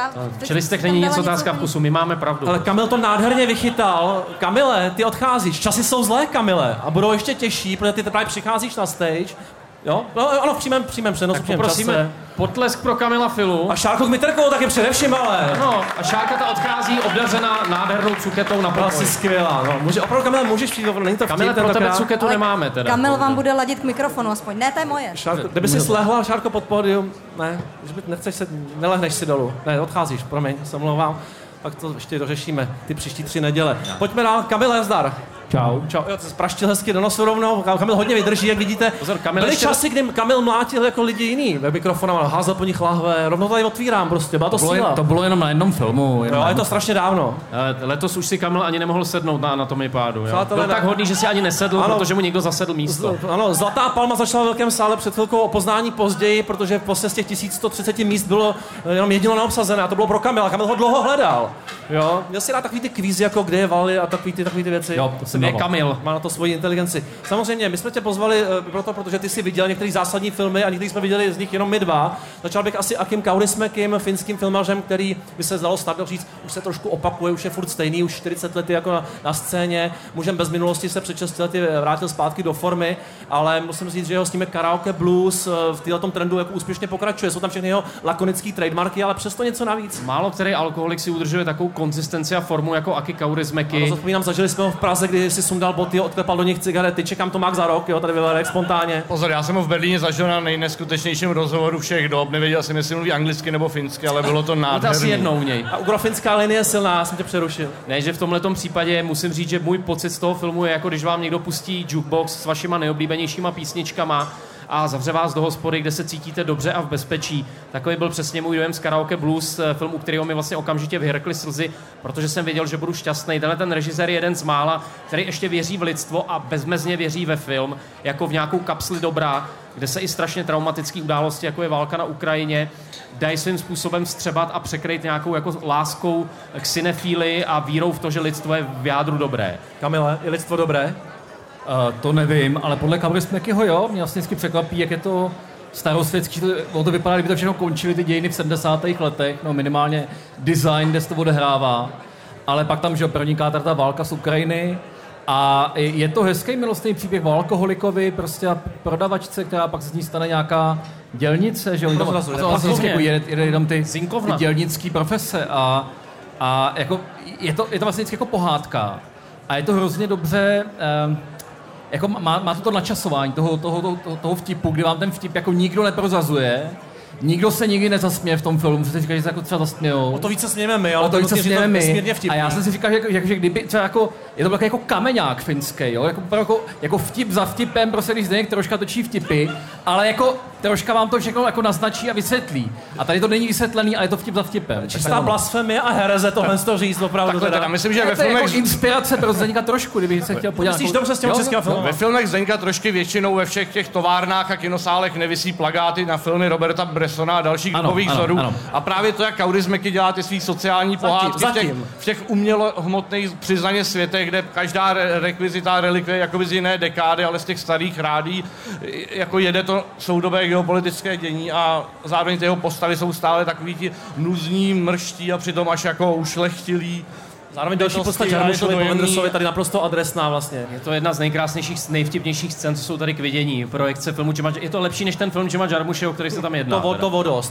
v čelistech není něco otázka vkusu, my máme pravdu. Ale Kamil to nádherně vychytal. Kamile, ty odcházíš, časy jsou zlé, Kamile, a budou ještě těžší, protože ty právě přicházíš na stage. Jo? No, ano, v přímém přenosu, v poprosíme potlesk pro Kamila Filu. A Šárku Kmiterkovou taky především, ale. No, a Šárka ta odchází obdařená nádhernou cuketou na pokoj. Asi skvělá, no. Opravdu, Kamile, můžeš přijít, není to Kamile, pro tebe cuketu nemáme teda. Kamil vám bude ladit k mikrofonu aspoň, ne, to je moje. Šárko, kdyby jsi slehla, Šárko, pod pódium, ne, nelehneš si dolů, ne, odcházíš, promiň, se omlouvám. Pak to ještě dořešíme, ty příští 3 neděle. Pojďme dál, Kamile, zdar. Čau. Čau. Jo, to spraštil hezky do nosu rovnou. Kamil hodně vydrží, jak vidíte. Pozor, Kamil byly ještě... časy, kdy Kamil mlátil jako lidi jiný ve mikrofonu, házel po nich lahve, rovnou tady otvírám prostě, byla to síla. To bylo jenom na jednom filmu. Jo, je to strašně dávno. Letos už si Kamil ani nemohl sednout na anatomii pádu. Jo? Byl tak hodný, že si ani nesedl, ano, protože mu někdo zasedl místo. Ano, Zlatá palma začala v velkém sále před chvilkou, o poznání později, protože z těch 1130 míst bylo jenom jedino neobsazené a to bylo pro Kamila. Kamil ho dlouho hledal. Jo, měl si rád takový ty kvízy, jako kde je Vali a takový ty věci. Jo, je Kamil. Má na to svoji inteligenci. Samozřejmě, my jsme tě pozvali protože ty jsi viděl některé zásadní filmy a některý jsme viděli z nich jenom my dva. Začal bych asi Akim Kaurismäkim, finským filmařem, který by se zdalo snadno říct, už se trošku opakuje, už je furt stejný, už 40 let jako na scéně. Mužem bez minulosti se před 6 lety vrátil zpátky do formy, ale musím říct, že jeho snímek Karaoke Blues v této trendu jako úspěšně pokračuje. Jsou tam všechny jeho lakonické trademarky, ale přesto něco navíc. Málo který alkoholik si udržuje takovou konzistenci a formu jako Aki Kaurismäki. Vzpomínám, zažili jsme ho v Praze, kdy si sundal boty, odklepal do nich cigarety, čekám to Max za rok, jo, tady vyvedek spontánně. Pozor, já jsem ho v Berlíně zažil na nejneskutečnějším rozhovoru všech dob, nevěděl jsem, jestli mluví anglicky nebo finsky, ale bylo to nádherný. To asi jednou u něj. A ugrofinská linie je silná, já jsem tě přerušil. Ne, že v tomhletom případě musím říct, že můj pocit z toho filmu je jako když vám někdo pustí jukebox s vašima nejoblíbenějšíma písničkama a zavře vás do hospody, kde se cítíte dobře a v bezpečí. Takový byl přesně můj dojem z Karaoke Blues, film, u kterého mi vlastně okamžitě vyhrkly slzy, protože jsem věděl, že budu šťastný. Ten režisér je jeden z mála, který ještě věří v lidstvo a bezmezně věří ve film, jako v nějakou kapsli dobra, kde se i strašně traumatické události, jako je válka na Ukrajině, dají svým způsobem vstřebat a překrýt nějakou jako láskou k cinefílii a vírou v to, že lidstvo je v jádru dobré. Kamile, je lidstvo dobré? To nevím, ale podle Kaurismäkiho jo, mě vlastně vždycky překvapí, jak je to starosvětský, to vypadá, kdyby to všechno končily ty dějiny v 70. letech, no minimálně design, kde se to odehrává, ale pak tam, že proniká ta válka z Ukrajiny a je to hezký milostný příběh o alkoholikovi, prostě prodavačce, která pak se z ní stane nějaká dělnice, že jede tam ty dělnický profese a jako je to vlastně vždycky jako pohádka a je to hrozně dobře jako má to načasování toho vtipu, kdy vám ten vtip jako nikdo neprozazuje, nikdo se nikdy nezasměje v tom filmu, protože si říká, že se jako třeba zasmějou. O to více smějeme my, ale o to více smějeme my. A já jsem si říkal, že kdyby třeba jako, je to jako kameňák finský, jo? Jako vtip za vtipem, prostě když Zdeněk troška točí vtipy, ale jako troška vám to všechno jako naznačí a vysvětlí. A tady to není vysvětlený, ale je to vtip za vtipem. Čistá blasfemie a hereze tohle z toho říct, opravdu teda. Já myslím, že ve filmech jako inspirace pro Zdeňka trošku, kdyby se chtěl podívat. Myslíš dobře s těm českým filmem? Ve filmech Zdeňka trošku většinou ve všech těch továrnách a kinosálech nevisí plakáty na filmy Roberta Bressona a dalších dobových vzorů. A právě to, jak Kaurismäki dělá ty svý sociální pohádky v těch umělohmotných přiznaně světech, kde každá rekvizita relikvie jakoby z jiné dekády, ale z těch starých rádí, jako jede to soudobé geopolitické dění a zároveň ty jeho postavy jsou stále takový ti nuzní, mrští a přitom až jako ušlechtilí. Zároveň další postať Jarmušovi po Wendersovi tady naprosto adresná vlastně. Je to jedna z nejkrásnějších, nejvtipnějších scén, co jsou tady k vidění. Projekce filmu je to lepší než ten film Jima Jarmuše, o který se tam jedná. To vodost.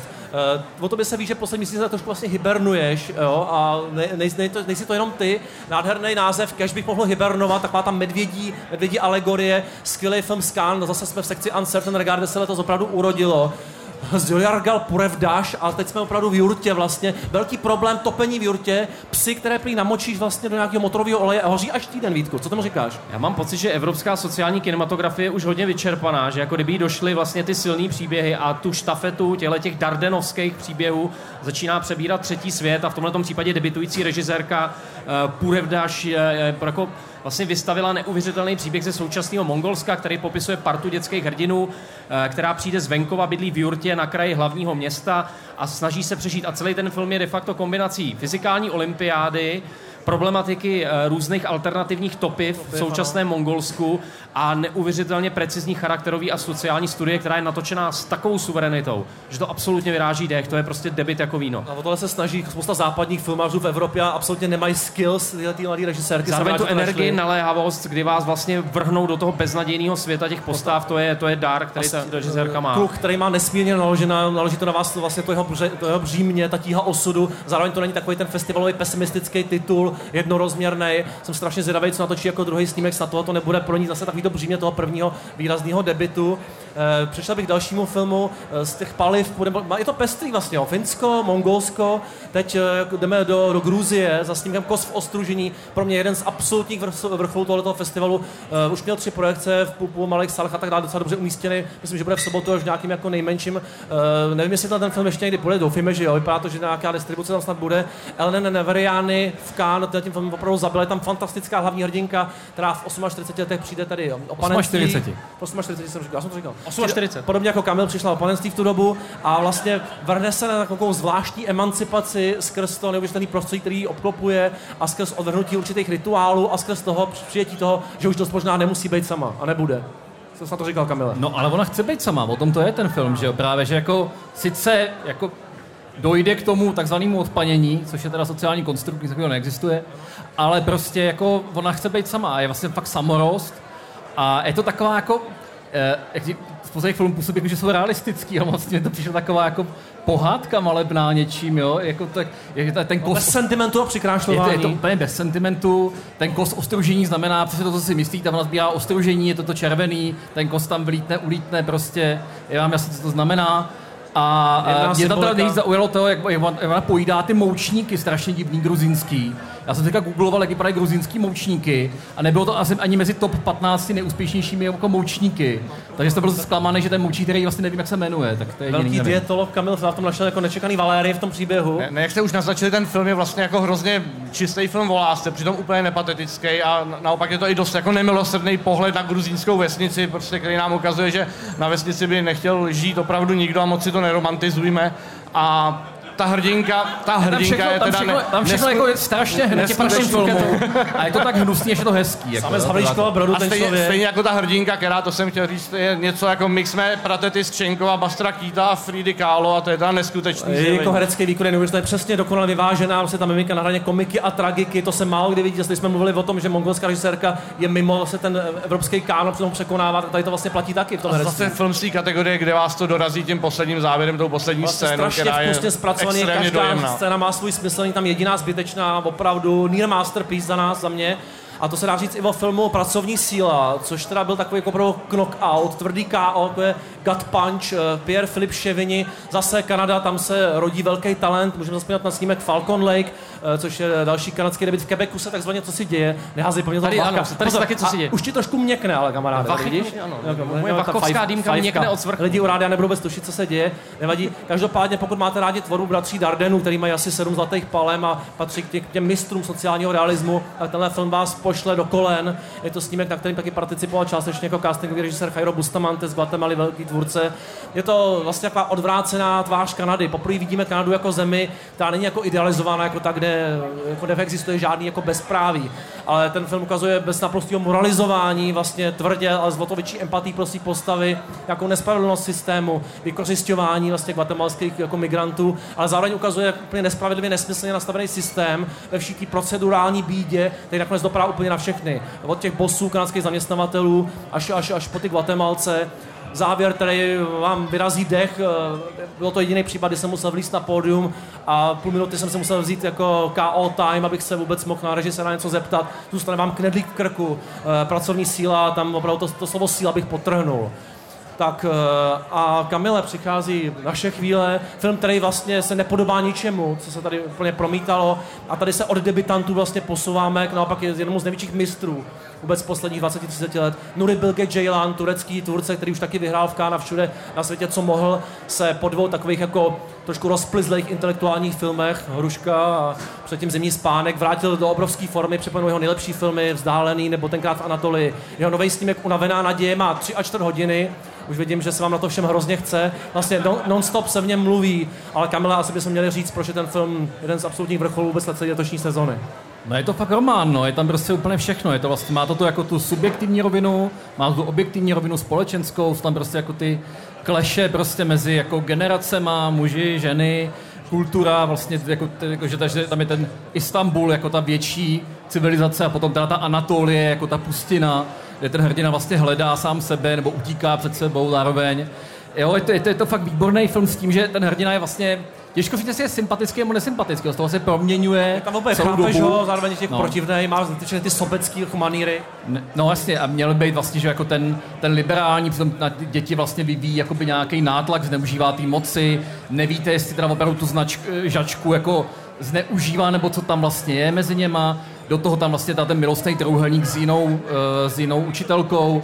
O tobě se ví, že poslední měsíc trošku vlastně hibernuješ, jo, a nejsi to jenom ty. Nádherný název, kež bych mohl hibernovat, taková tam medvědí alegorie, skvělý film z Cannes, zase jsme v sekci Uncertain Regard, kde se letos opravdu urodilo. Zjojargal Purevdáš, ale teď jsme opravdu v jurtě vlastně. Velký problém, topení v jurtě, psy, které prý namočíš vlastně do nějakého motorového oleje a hoří až týden, Vítku. Co tomu říkáš? Já mám pocit, že evropská sociální kinematografie je už hodně vyčerpaná, že jako kdyby jí došly vlastně ty silný příběhy a tu štafetu těch dardenovských příběhů začíná přebírat třetí svět a v tomto případě debitující režisérka Purevdáš jako vlastně vystavila neuvěřitelný příběh ze současného Mongolska, který popisuje partu dětských hrdinů, která přijde z venkova, bydlí v jurtě na kraji hlavního města a snaží se přežít. A celý ten film je de facto kombinací fyzikální olympiády, problematiky různých alternativních topiv v současném Mongolsku a neuvěřitelně precizní charakterový a sociální studie, která je natočená s takovou suverenitou, že to absolutně vyráží dech, to je prostě debit jako víno. A o tohle se snaží spousta západních filmářů v Evropě a absolutně nemají skills ty mladý režisérky. Zároveň tu energii, naléhavost, kdy vás vlastně vrhnou do toho beznadějného světa těch postav, to je dar, který ta režisérka má. Kluk, který má nesmírně naloží to na vás vlastně to jeho břímě, ta tíha osudu, zároveň to není takový ten festivalový pesimistický titul, jednorozměrný. Jsem strašně zvědavý, co natočí jako druhý snímek, snad to nebude pro ní zase takový to břímě toho prvního výrazného debutu. Přešel bych k dalšímu filmu z těch paliv. Je to pestrý vlastně, Finsko, Mongolsko. Teď jdeme do Gruzie za snímkem Kos v Ostružení. Pro mě jeden z absolutních vrcholů tohoto festivalu. Už měl 3 projekce v půl malých salách a tak dále, docela dobře umístěny. Myslím, že bude v sobotu až nějakým jako nejmenším. Nevím, jestli ten film ještě někdy půjde. Doufíme, že jo. Vypadá to, že nějaká distribuce tam snad bude. Elena Neveriány v Cannes nad tím filmem opravdu zabil. Je tam fantastická hlavní hrdinka, která v 48 letech přijde tady o panenství. 48 jsem říkal, já jsem to říkal. 48. Podobně jako Kamil přišla o panenství v tu dobu a vlastně vrhne se na takovou zvláštní emancipaci skrz to neuvěřitelný prostředí, který ji obklopuje a skrz odvrhnutí určitých rituálů a skrz toho přijetí toho, že už dost možná nemusí být sama a nebude. Co jsi na to říkal, Kamile? No, ale ona chce být sama, o tom to je ten film, že jo, právě, že jako sice jako dojde k tomu takzvanému odpanění, což je teda sociální konstrukt, nic takového neexistuje, ale prostě jako ona chce být sama a je vlastně fakt samorost a je to taková jako, z posledních filmů působí, jako, že jsou realistický, ale vlastně to přišlo taková jako pohádka malebná něčím, jo, jako tak, ten kos... Bez sentimentu a přikrášlování. Je to úplně bez sentimentu, ten kos ostružení znamená přesně to, co si myslíte, ona sbírá ostružení, je to červený, ten kos tam vlítne, ulítne prostě, je vám jasně, co to znamená. A mě tam teda nejvíc zaujalo to, jak ona pojídá ty moučníky, strašně divný gruzínský. Já jsem teďka googloval, jak vypadají gruzínský moučníky a nebylo to asi ani mezi top 15 nejúspěšnějšími jako moučníky. Takže jsem byl zklamaný, že ten moučník, který vlastně nevím, jak se jmenuje. Tak to je velký dietolog Kamil v tom našel jako nečekaný Valéry v tom příběhu. Ne, jak jste už naznačili, ten film je vlastně jako hrozně čistý film o lásce, přitom úplně nepatetický a naopak je to i dost jako nemilosrdný pohled na gruzínskou vesnici, prostě, který nám ukazuje, že na vesnici by nechtěl žít opravdu nikdo a moc si to neromantizujme. A ta hrdinka je teda... Tam všechno jako je strašně hned a je to tak hnusný, že je to hezký. Jako, Samé z Havlíčkova Brodu ten člověk. Stejně jako ta hrdinka, která, to jsem chtěl říct, je něco jako mix mé Pratety Skřenkova, Bastra Keata a Fridy Kahlo a to je teda neskutečný. Jako herecký výkon je neuvěřitelný, přesně dokonale vyvážená, vlastně ta mimika na hraně komiky a tragiky, to se málo kdy vidí, jestli jsme mluvili o tom, že mongolská režisérka je mimo vlastně ten evropský kánon, přitom překonává, tady to vlastně platí taky v tom herectví. Zase film z té kategorie, kde vás to dorazí tím posledním závěrem, tou poslední scénou, která je extrémně dojemná. Scéna má svůj smysl, není tam jediná zbytečná, opravdu near masterpiece za mě. A to se dá říct i o filmu Pracovní síla, což teda byl takový jako knockout, tvrdý KO, to je gut punch, Pierre Philippe Chevigny, zase Kanada, tam se rodí velký talent, můžeme zapomínat na snímek Falcon Lake, což je další kanadský debut. V Quebecu se takzvaně co si děje, neházej po mě tady, ano, tady se taky co si děje. Už ti trošku měkne, ale kamaráde, vidíš? Moje vachovská dýmka měkne od svrchu. Lidi u rádia nebudou vůbec tušit, co se děje, nevadí. Každopádně, pokud máte rádi tvorbu bratří Dardenů, který mají asi 7 zlatých palem a patří k těm mistrům sociálního realismu, tak tenhle film vás pošle do kolen. Je to snímek, na kterým taky participoval částečně jako castingový režisér Jairo Bustamante z Guatemaly, velký tvůrce. Je to vlastně taková odvrácená tvář Kanady. Poprvé vidíme Kanadu jako zemi, která není jako idealizována jako tak, kde jako neexistuje žádný jako bezpráví. Ale ten film ukazuje bez naprostého moralizování, vlastně tvrdě, ale s o to větší empatí pro svý postavy, jako nespravedlnost systému, vykořisťování vlastně guatemalských jako migrantů, ale zároveň ukazuje úplně nespravedlivě, nesmyslně nastavený systém ve vší té procedurální bídě, který nakonec dopadá úplně na všechny. Od těch bossů kanadských zaměstnavatelů až po ty Guatemalce. Závěr, který vám vyrazí dech, bylo to jediný případ, kdy jsem musel vlízt na pódium a půl minuty jsem se musel vzít jako KO time, abych se vůbec mohl na režiséra něco zeptat. Zůstane vám knedlík v krku, pracovní síla, tam opravdu to slovo síla bych podtrhnul. Tak a Kamile, přichází naše chvíle, film, který vlastně se nepodobá ničemu, co se tady úplně promítalo a tady se od debutantů vlastně posouváme k naopak jednomu z největších mistrů vůbec posledních 20-30 let. Nuri Bilge Ceylan, turecký tvůrce, který už taky vyhrál v Cannes a všude na světě, co mohl, se po dvou takových jako trošku rozplizlých intelektuálních filmech, Hruška a předtím Zimní spánek, vrátil do obrovské formy, připomenu jeho nejlepší filmy, Vzdálený nebo tenkrát v Anatolii. Jeho nový snímek Unavená naděje má 3,25 hodiny. Už vidím, že se vám na to všem hrozně chce. Vlastně non-stop se v něm mluví, ale Kamila, asi bychom měli říct, proč je ten film jeden z absolutních vrcholů vůbec celé letošní sezony. No je to fakt román, no, je tam prostě úplně všechno, je to vlastně, má to jako tu subjektivní rovinu, má tu objektivní rovinu společenskou, jsou tam prostě jako ty kleše prostě mezi jako generacema, muži, ženy, kultura, vlastně jako, že tam je ten Istanbul jako ta větší civilizace a potom teda ta Anatolie jako ta pustina, kde ten hrdina vlastně hledá sám sebe nebo utíká před sebou zároveň. Jo, je to fakt výborný film s tím, že ten hrdina je vlastně těžko říct, jestli je sympatický nebo nesympatický, z toho se proměňuje celou dobu. Ho, zároveň těch protivnej, má ty sobecký jako maníry. No jasně, a měl být vlastně, že jako ten liberální, přitom na děti vlastně vyvíjí jakoby nějaký nátlak, zneužívá té moci, nevíte, jestli teda opravdu tu žačku jako zneužívá, nebo co tam vlastně je mezi něma. do toho tam vlastně ten milostný trojúhelník s jinou učitelkou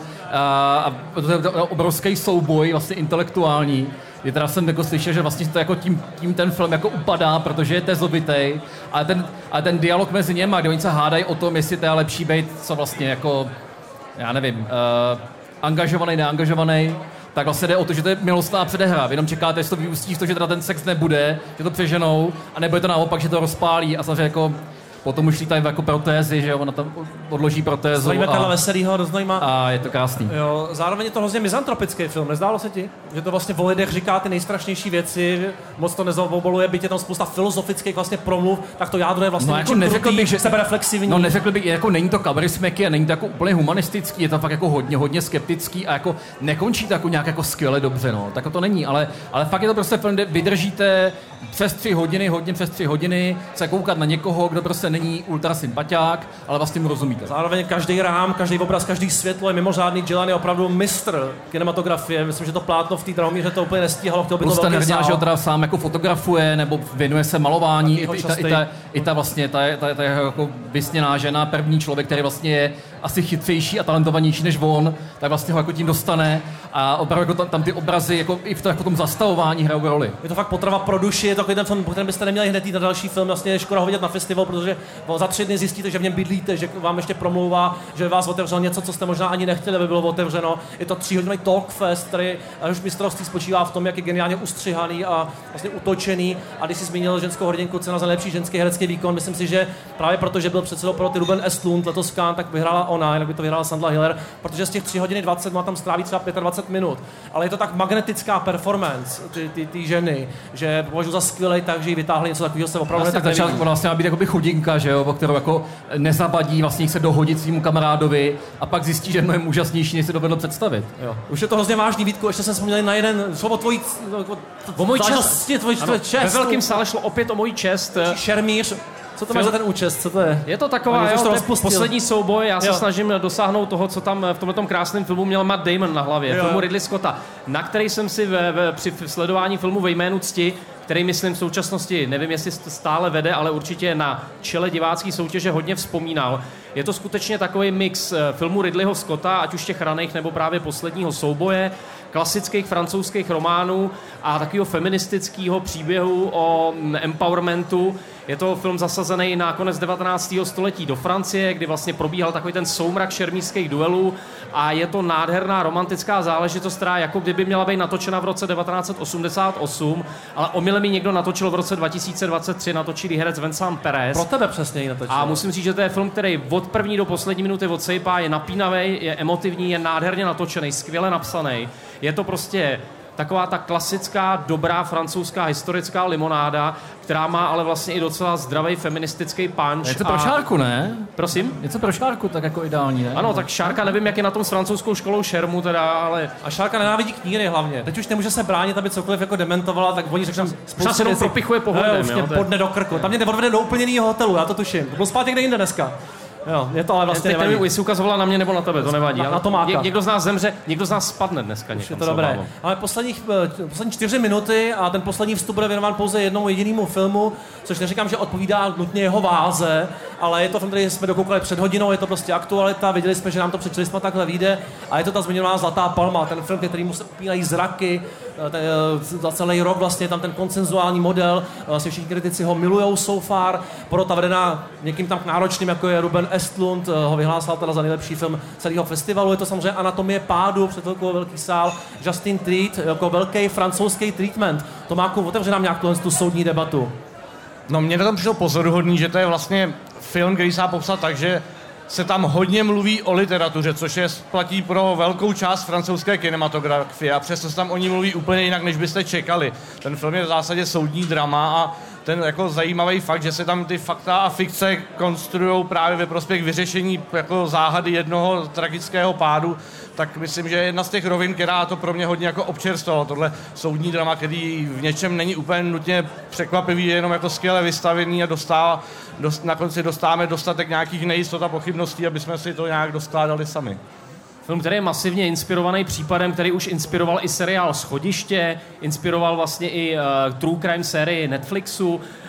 a obrovský souboj vlastně intelektuální. Je teda jsem jako slyšel, že vlastně to jako tím ten film jako upadá, protože je tezovitej, ale ten dialog mezi něma, kde oni se hádají o tom, jestli to je lepší být, co vlastně jako, já nevím, angažovaný, neangažovaný, tak vlastně jde o to, že to je milostná předehra. Vy jenom čekáte, jestli to vyústí v to, že teda ten sex nebude, že to přeženou, a nebo je to naopak, že to rozpálí a samozřejmě jako potom už lítají jako protézy, že jo, ona tam odloží protézu. Znojíme Karla Veselýho, doznojíme. A je to krásný. Jo, zároveň je to hrozně mizantropický film, nezdálo se ti? Že to vlastně o lidech říká ty nejstrašnější věci, že moc to nezaobaluje, byť je tam spousta filozofických vlastně promluv, tak to jádro je vlastně jako neřekl bych, že sebereflexivní. No neřekl bych, jako není to kabrismeky a není to jako úplně humanistický, je to fakt jako hodně skeptický a jako nekončí to jako nějak jako skvěle dobře, no. Tak to není, ale fakt je to prostě film, kde vydržíte přes 3 hodiny, hodně přes 3 hodiny se koukat na někoho, kdo prostě není ultra sympatiák, ale vlastně mu rozumíte. Zároveň každý rám, každý obraz, každý světlo je mimořádný. Gillan je opravdu mistr kinematografie. Myslím, že to plátno v té Drahomíře to úplně nestíhalo, chtěl by to velký sál. Že ho teda sám jako fotografuje nebo věnuje se malování. I ta vlastně ta jako vysněná žena, první člověk, který vlastně je asi chytřejší a talentovanější než on, tak vlastně ho jako tím dostane a opravdu jako tam ty obrazy jako i v tom zastavování hrajou roli. Je to fakt potrava pro duši, je to takový ten film, po kterém byste neměli hned jít na další film, vlastně je škoda ho vidět na festival, protože za 3 dny zjistíte, že v něm bydlíte, že vám ještě promlouvá, že vás otevřel něco, co jste možná ani nechtěli, aby bylo otevřeno. Je to 3hodinový talkfest, který už mistrovství spočívá v tom, jak je geniálně ustřihaný a vlastně utočený. A když jsi zmínil ženskou hrdinku, cena za nejlepší ženský herecký výkon, myslím si, že právě proto, že byl předsedou pro Ruben Östlund letos v Cannes, tak vyhrála ona, jinak by to vyhrála Sandra Hüller, protože z těch 3 hodiny 20 má tam stráví třeba 25 minut. Ale je to tak magnetická performance ty ženy, že považuji za skvělej, takže jí vytáhli něco takového, se opravdu vlastně tak začala vlastně má být jakoby chudinka, že jo, o kterou jako nezabadí, vlastně se dohodit svýmu kamarádovi a pak zjistí, že je mnohem úžasnější, než si dovedl představit. Jo. Už je to hrozně vážný, Vítku, ještě jsem vzpomněl na jeden slovo tvojí o můj čest. Ve velkém sále šlo opět o moji čest. Šermíř. Co to máš za ten účest? Co to je? Je to taková poslední souboj, já se snažím dosáhnout toho, co tam v tomto krásném filmu měl Matt Damon na hlavě, filmu Ridley Scotta, na který jsem si při sledování filmu Ve jménu cti, který myslím v současnosti, nevím, jestli stále vede, ale určitě na čele divácké soutěže hodně vzpomínal. Je to skutečně takový mix filmu Ridleyho Scotta, ať už těch raných nebo právě posledního souboje, klasických francouzských románů a takového feministického příběhu o empowermentu. Je to film zasazený na konec 19. století do Francie, kdy vlastně probíhal takový ten soumrak šermířských duelů a je to nádherná romantická záležitost, která jako kdyby měla být natočena v roce 1988, ale omylem ji někdo natočil v roce 2023, natočil herec Vincent Perez. Pro tebe přesně ji natočil. A musím říct, že to je film, který od první do poslední minuty odsejpá, je napínavý, je emotivní, je nádherně natočený, skvěle napsaný. Je to prostě taková ta klasická, dobrá francouzská historická limonáda, která má ale vlastně i docela zdravý feministický punch. Je to pro Šárku, ne? Prosím? Něco pro Šárku tak jako ideální, ne? Ano, tak Šárka, nevím, jak je na tom s francouzskou školou šermu teda, ale... A Šárka nenávidí kníry hlavně. Teď už nemůže se bránit, aby cokoliv jako dementovala, tak oni řeknou spoustu věcí. Propichuje pohledem, jo, podne do krku. Tam mě neodvede do úplně jiného hotelu, já to tuším. Byl spát někde jinde dneska. Jo, je to ale vlastně nevadí. Teď nevím, jestli ukazovala na mě nebo na tebe, to nevadí. Na Tomáka. Někdo z nás zemře, někdo z nás spadne dneska někam. Je to dobré. Ale poslední 4 minuty a ten poslední vstup bude věnován pouze jednomu jedinému filmu, což neříkám, že odpovídá nutně jeho váze, ale je to film, který jsme dokoukali před hodinou, je to prostě aktualita, viděli jsme, že nám to před čelisma takhle vyjde a je to ta zmiňovaná Zlatá palma, ten film, kterýmu se upínají zraky, za celý rok vlastně tam ten konsenzuální model, vlastně všichni kritici ho milujou so far, porota vedená někým tam náročným, jako je Ruben Östlund, ho vyhlásil teda za nejlepší film celého festivalu, je to samozřejmě Anatomie pádu, před chvilkou velký sál, Justin Treat, jako velký francouzský treatment. Tomáku, otevře nám nějak tu soudní debatu. No mně tam přišlo pozoruhodný, že to je vlastně film, který se dá popsat tak, že se tam hodně mluví o literatuře, což platí pro velkou část francouzské kinematografie a přesto se tam o ní mluví úplně jinak, než byste čekali. Ten film je v zásadě soudní drama a ten jako zajímavý fakt, že se tam ty fakta a fikce konstruujou právě ve prospěch vyřešení jako záhady jednoho tragického pádu, tak myslím, že jedna z těch rovin, která to pro mě hodně jako občerstvovalo, tohle soudní drama, který v něčem není úplně nutně překvapivý, je jenom jako skvěle vystavený a na konci dostáváme dostatek nějakých nejistot a pochybností, aby jsme si to nějak dostkládali sami. Film, který je masivně inspirovaný případem, který už inspiroval i seriál Schodiště, inspiroval vlastně i True Crime sérii Netflixu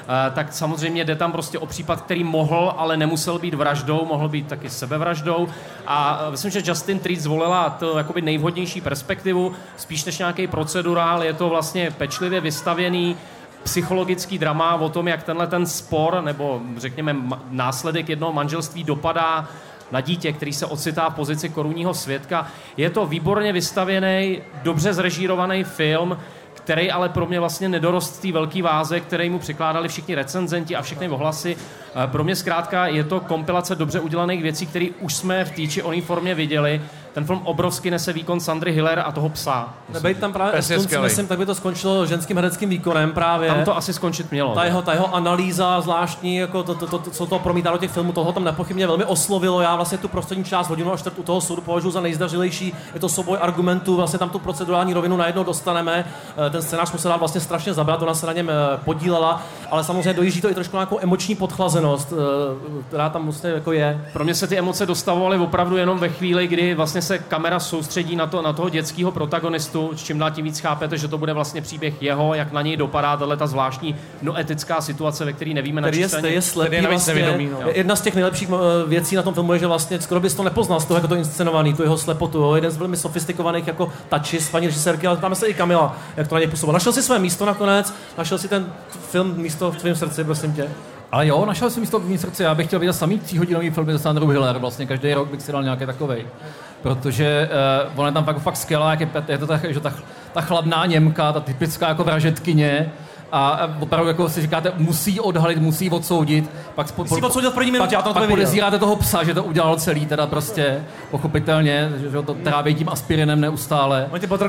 tak samozřejmě jde tam prostě o případ, který mohl, ale nemusel být vraždou, mohl být taky sebevraždou. A myslím, že Justin Treat zvolila to jakoby nejvhodnější perspektivu, spíš než nějaký procedurál, je to vlastně pečlivě vystavěný psychologický drama o tom, jak tenhle ten spor, nebo řekněme následek jednoho manželství dopadá na dítě, který se ocitá v pozici korunního svědka. Je to výborně vystavěný, dobře zrežírovaný film, který ale pro mě vlastně nedorost té velký váze, který mu přikládali všichni recenzenti a všechny ohlasy. Pro mě zkrátka je to kompilace dobře udělaných věcí, které už jsme v té či oné formě viděli. Ten film obrovsky nese výkon Sandry Hiller a toho psa. Nebejt tam právě Estonci, myslím, tak by to skončilo ženským hereckým výkonem právě. Tam to asi skončit mělo. Ta jeho analýza zvláštní, jako co to promítá do těch filmů, toho tam nepochybně velmi oslovilo. Já vlastně tu prostřední část hodinu a čtvrt u toho soudu považuji za nejzdařilejší. Je to souboj argumentů, vlastně tam tu procedurální rovinu najednou dostaneme. Ten scénář musel dát vlastně strašně zabrat, ona se na něm podílela, ale samozřejmě dojíždí to i trošku nějakou emoční podchlazenost, která tam vlastně jako je. Pro mě se ty emoce dostavovaly opravdu jenom ve chvíli, kdy vlastně se kamera soustředí na toho dětského protagonistu, s čím dál tím víc chápete, že to bude vlastně příběh jeho, jak na něj dopadá tato zvláštní etická situace, ve které nevíme na čí straně. Je slepý, vlastně, jedna z těch nejlepších věcí na tom filmu je, že vlastně skoro bys to nepoznal z toho, jak to inscenovaný, tu jeho slepotu, jo? Jeden z velmi sofistikovaných jako touches paní režisérky, ale tam se i Kamila, jak to na něj působilo. Našel si své místo nakonec, našel si ten film místo v tvém srdci, prosím tě. Ale jo, našel jsem místo v mém srdci, já bych chtěl vidět samý 3hodinový filmy s Sandrou Hiller, vlastně každý rok bych si dal nějaký takovej. Protože ona je tam fakt skvělá, jak je to ta chladná Němka, ta typická jako vražetkyně, a opravdu jako si říkáte, musí odhalit, musí odsoudit, pak odsoudit v první minutě, pak podezíráte toho psa, že to udělal celý, teda prostě pochopitelně, že to tráví tím aspirinem neustále.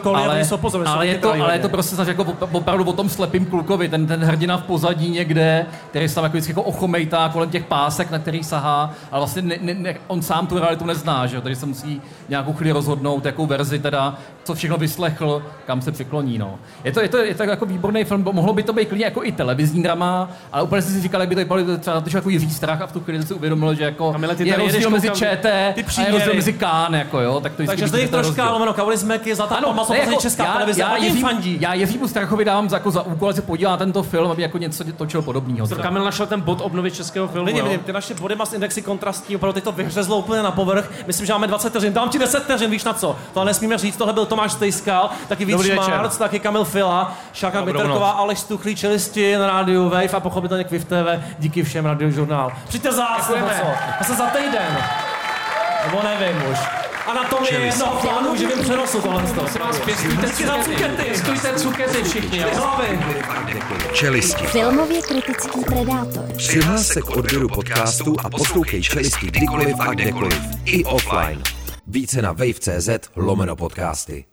Ale je to prostě snad jako opravdu o tom slepým klukovi, ten hrdina v pozadí někde, který se tam jako vždycky jako ochomejtá kolem těch pásek, na který sahá, ale vlastně on sám tu realitu nezná, že? Takže se musí nějakou chvíli rozhodnout, jakou verzi teda, co všechno vyslechl, kam se přikloní. No. Je to jako výborný film, mohlo by to být klidně jako i televizní drama, ale úplně si říkal, jak by to vypadalo třeba jako Jiří Strach a v tu chvíli si uvědomil, že jako je rozdíl mezi ČT a je rozdíl mezi Kán, jako jo, tak to takže zde jich troška lomeno Kaurismek je zlatá památka česká televize. Já Jiřímu Strachovi dávám za úkol, že se podívá na tento film, aby jako něco točil podobného. Kamil našel ten bod obnovy českého filmu. Vidím, ty naše body mass indexy kontrastní, opravdu teď to vyhřezlo úplně na povrch. Myslím, že máme 20 vteřin. Dám ti 10 vteřin, víš na co? To nesmíme říct, tohle byl Tomáš Stejskal, taky Vít Šmárc, taky Kamil Fila, Šáka Biterková, Aleš Stuchlý, Čelisti na rádiu Wave a pochopitelně Kviv TV. Díky všem, Radiožurnál. Přijďte zás, nebo co? Zase za týden. Nebo nevím už. Anatomie jednoho plánu v živým přenosu tohle. Pěstujte cukety všichni. Čelisti. Filmově kritický predátor. Přihláš se k odběru podcastu a poslouchej Čelisti kdykoliv a kdekoliv. I offline. Více na wave.cz/podcasty.